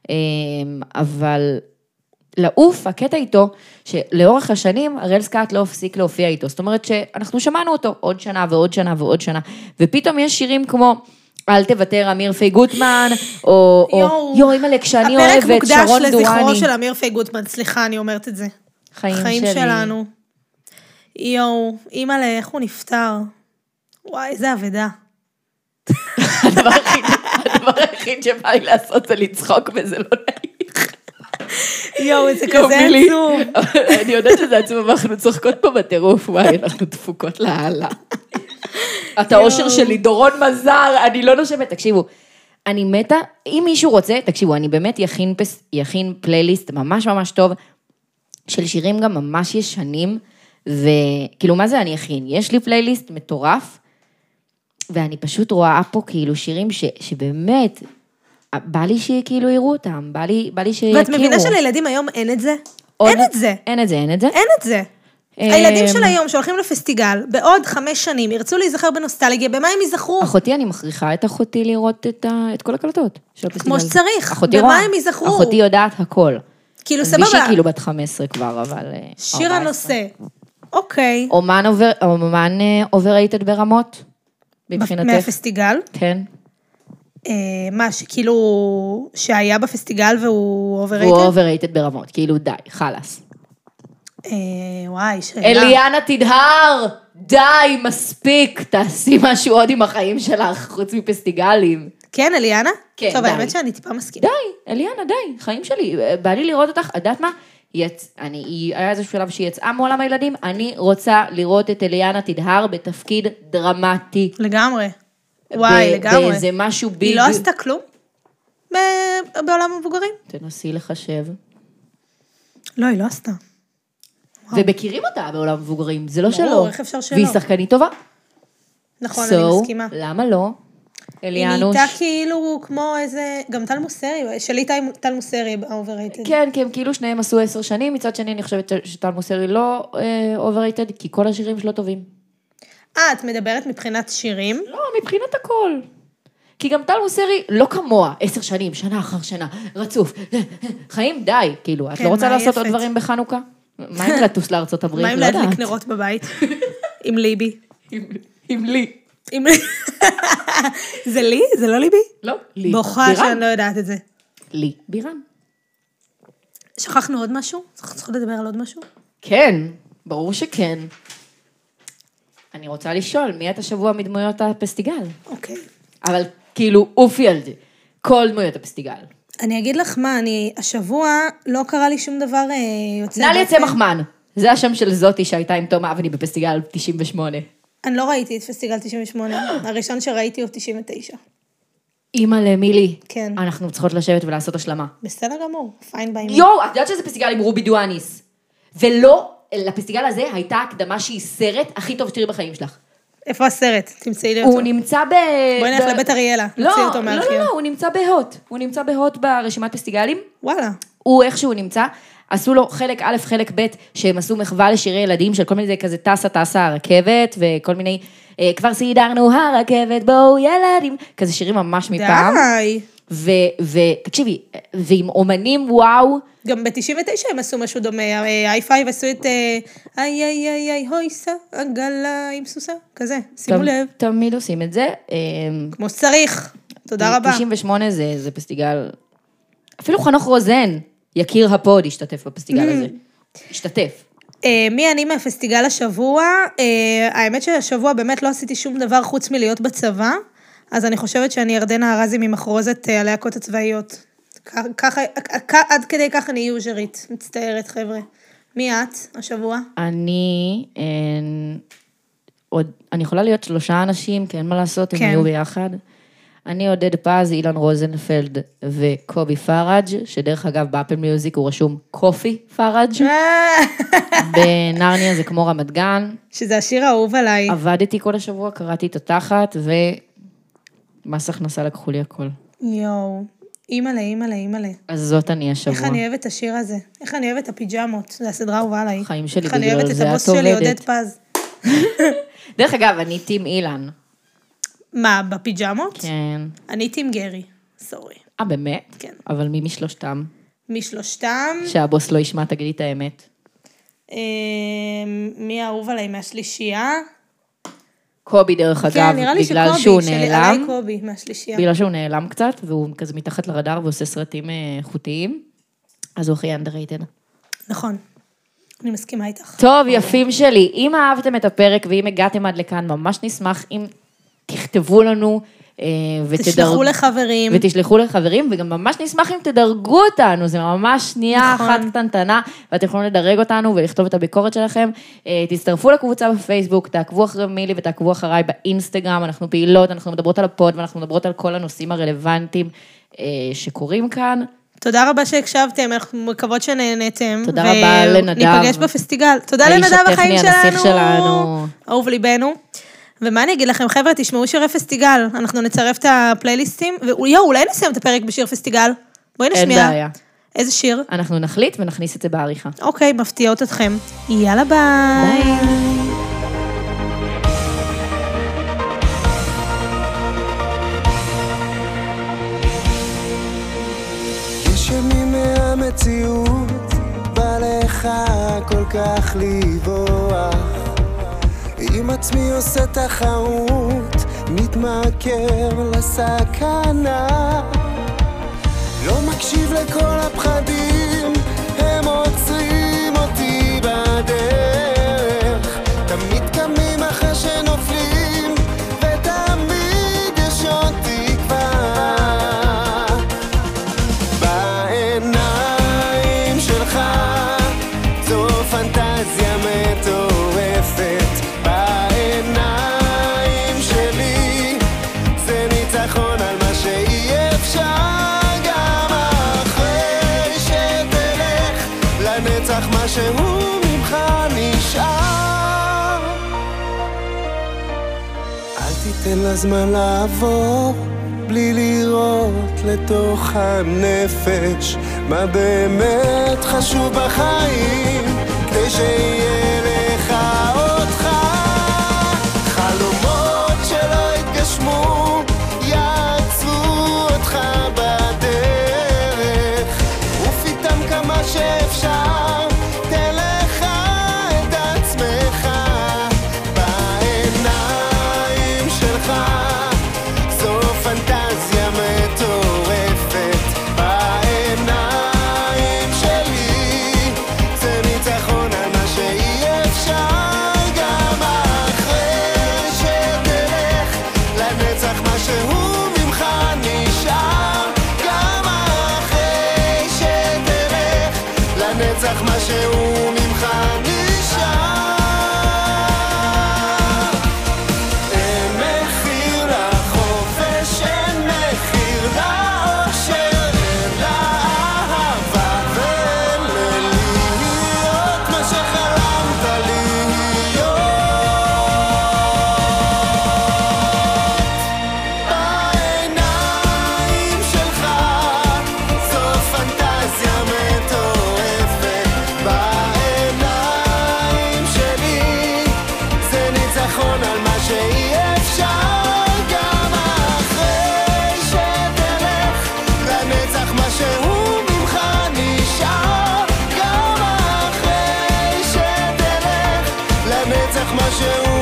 אבל לעוף, הקטע איתו, שלאורך השנים, הראל סקאט לא הפסיק להופיע איתו, זאת אומרת שאנחנו שמענו אותו עוד שנה ועוד שנה ועוד שנה, ופתאום יש שירים כמו, אל תוותר, אמיר פי גוטמן, או אימא'לה, כשאני אוהבת, שרון דואני. הפרק מוקדש לזכרו של אמיר פי גוטמן, סליחה, אני אומרת את זה. חיים שלנו. אימא'לה, איך הוא נפטר? וואי, איזה עבדה. הדבר היחיד שבא לי לעשות זה לצחוק, וזה לא נעים. זה כזה עצוב. אני יודעת שזה עצוב, אבל אנחנו צוחקות פה בטירוף, וואי, אנחנו דפוקות להעלה. אתה אושר שלי, דורון מזר, אני לא נושמת, תקשיבו, אני מתה, אם מישהו רוצה, תקשיבו, אני באמת יכין פלייליסט ממש ממש טוב, של שירים גם ממש ישנים, וכאילו מה זה אני יכין? יש לי פלייליסט מטורף, ואני פשוט רואה פה כאילו שירים שבאמת, בא לי שכאילו יראו אותם, בא לי שיכירו. ואת מבינה שלילדים היום אין את זה? אין את זה. הילדים של היום שהולכים לפסטיגל, בעוד 5 שנים, ירצו להיזכר בנוסטלגיה, במה הם ייזכרו? אחותי, אני מכריחה את אחותי לראות את כל הקלטות של הפסטיגל. כמו שצריך, במה הם ייזכרו? אחותי יודעת הכל. כאילו סבבה. שהיא כאילו בת 15 כבר, אבל... שיר הנושא. אוקיי. אומן overrated ברמות? מבחינתך. מהפסטיגל? כן. מה, שכאילו, שהיה בפסטיגל והוא overrated? הוא overrated ברמות, כאילו די, חלס. וואי, שאלה. אליאנה תדהר, די, מספיק, תעשי משהו עוד עם החיים שלך, חוץ מפסטיגלים. כן, אליאנה? כן, טוב, די. האמת שאני טיפה מסכימה. די, אליאנה, די, חיים שלי, בא לי לראות אותך, יודעת מה? היה איזה שלב שהיא יצאה מעולם הילדים, אני רוצה לראות את אליאנה תדהר בתפקיד דרמטי. לגמרי. וואי, לגמרי. באיזה משהו ביג. היא לא עשתה כלום בעולם המבוגרים? תנסי לחשב. לא, היא לא עשתה. ומכירים אותה בעולם המבוגרים, זה לא שלא. ברור, איך אפשר שלא. והיא שחקנית טובה. נכון, אני מסכימה. למה לא? היא נהייתה כאילו כמו איזה, גם טל מוסרי, שלי טל מוסרי overrated. כן, כי הם כאילו שניהם עשו 10 שנים, מצד שני אני חושבת שטל מוסרי לא overrated, כי כל השירים שלו טובים. את מדברת מבחינת שירים? לא, מבחינת הכל. כי גם טל מוסרי לא כמוה, 10 שנים, שנה אחר שנה, רצוף, חיים די, כאילו, את לא רוצה לעשות עוד דברים בחנוכה? מה אם לטוס לארצות הברית? מה אם להדליק נרות בבית? עם ליבי. עם לי. זה לי? זה לא ליבי? לא, לי. בוכה שאני לא יודעת את זה. לי, בירן. שכחנו עוד משהו? צריכות לדבר על עוד משהו? כן, ברור שכן. אני רוצה לשאול, מי את השבוע מדמויות הפסטיגל? אוקיי. אבל כאילו, אופי על זה. כל דמויות הפסטיגל. אני אגיד לך מה, השבוע לא קרה לי שום דבר יוצא. נא לי צמח מן. זה השם של זאתי שהייתה עם תום אבני בפסטיגל 98. אני לא ראיתי את פסטיגל 98, הראשון שראיתי הוא 99. אמא למילי. כן. אנחנו צריכות לשבת ולעשות השלמה. בסדר גמור, פיין ביי מי. יואו, את יודעת שזה פסטיגל עם רובי דואניס. ולא, לפסטיגל הזה הייתה הקדמה שהיא סרט הכי טוב שתראי בחיים שלך. איפה הסרט? תמצאי לי אותו. הוא נמצא בואי נלך לבית אריאלה, נוציא אותו מהארכיון. לא, הוא נמצא בהוט. הוא נמצא בהוט ברשימת פסטיגלים. וואלה. הוא איכשהו נמצא, עשו לו חלק א', חלק ב', שהם עשו מחווה לשירי ילדים, של כל מיני כזה טסה הרכבת, וכל מיני, כבר סידרנו הרכבת, בואו ילדים, כזה שירים ממש מפעם. די. ותקשיבי, ועם אומנים וואו. גם ב-99 הם עשו משהו דומה, i5 עשו את איי איי איי איי הויסה, עגלה עם סוסה, כזה, שימו לב. תמיד עושים את זה. כמו שצריך, תודה רבה. 98 זה פסטיגל, אפילו חנוך רוזן, יקיר הפוד, השתתף בפסטיגל הזה. השתתף. מי אני מהפסטיגל השבוע? האמת שהשבוע באמת לא עשיתי שום דבר חוץ מלהיות בצבא, אז אני חושבת שאני ירדנה ארזי ממחרוזת הלהקות הצבאיות. עד כדי כך אני יוז'רית, מצטערת חבר'ה. מי את השבוע? אני יכולה להיות 3 אנשים, כי אין מה לעשות, הם יהיו ביחד. אני עודד פז, אילן רוזנפלד וקובי פראג', שדרך אגב באפל מיוזיק הוא רשום קופי פראג'. בנרניה זה כמו רמת גן. שזה השיר האהוב עליי. עבדתי כל השבוע, קראתי את התחת, ומס הכנסה לקחו לי הכל. יואו, אימאלה. אז זאת אני השבוע. איך אני אוהבת את השיר הזה. איך אני אוהבת את הפיג'מות. זה הסדרה אהובה עליי. חיים שלי איך אני בגלל אוהבת את זה את הבוס שלי, עובדת. עודד פז. דרך אגב, אני טים אילן. מה, בפיג'מות? כן. אני טים גרי, סורי. באמת? כן. אבל מי משלושתם? משלושתם. שהבוס לא ישמע, תגידי את האמת. מי האהוב עליי מהשלישייה? קובי דרך אגב, בגלל שהוא נעלם. עליי קובי מהשלישייה. בגלל שהוא נעלם קצת, והוא כזה מתחת לרדאר ועושה סרטים איכותיים, אז הוא הכי underrated. נכון. אני מסכימה איתך. טוב, יפים שלי, אם אהבתם את הפרק ואם הגעתם עד לכאן, ממש נשמח אם תכתבו לנו תשלחו לחברים. ותשלחו לחברים, וגם ממש נשמח אם תדרגו אותנו, זה ממש שנייה אחת קטנטנה, ואתם יכולים לדרג אותנו ולכתוב את הביקורת שלכם. תצטרפו לקבוצה בפייסבוק, תעקבו אחרי מילי ותעקבו אחריי באינסטגרם, אנחנו פעילות, אנחנו מדברות על הפוד, ואנחנו מדברות על כל הנושאים הרלוונטיים שקורים כאן. תודה רבה שהקשבתם, אנחנו מקוות שנהנתם. תודה רבה לנדב. וניפגש בפסטיגל. תודה לנדב החיים שלנו. אהוב ליבנו. ומה אני אגיד לכם, חבר'ה, תשמעו שירי פסטיגל. אנחנו נצרף את הפלייליסטים, אולי נסיים את הפרק בשיר פסטיגל. בואי נשמיע. אין בעיה. איזה שיר? אנחנו נחליט ונכניס את זה בעריכה. אוקיי, מפתיעות אתכם. יאללה ביי. המציאות בא לך כל כך לבוח, עם עצמי עושה תחרות, מתמכר לסכנה, לא מקשיב לכל הפחדים, הם עוצרים אותי בדרך, תמיד קמים אחרי שנופלים, ותמיד יש עוד תקווה. פנטזיה מטורפת בעיניים שלי, זה ניצחון על מה שאי אפשר, גם אחרי שתלך לנצח משהו ממך נשאר. אל תיתן לזמן לעבור בלי לראות לתוך הנפש מה באמת חשוב בחיים, כדי שיהיה לך אותך. חלומות שלא התגשמו יעצרו אותך בדרך, ופתאום כמה שאפשר תן לך את עצמך בעיניים שלך, זו פנטזיה מטורפת בעיניים שלי, זה ניצחון על מה שאי אפשר, גם אחרי שתלך לנצח משהו ממך נשאר, גם אחרי שתלך לנצח משהו ממך נשאר. אין מחיר לחופש, אין מחיר לאושר, אין לאהבה ואין ללהיות מה שחלמת להיות. בעיניים שלך זו פנטזיה מטורפת, בעיניים שלי זה ניצחון על מה שאי אפשר, גם אחרי שתלך לנצח משהו ממך נשאר, גם אחרי שתלך לנצח משהו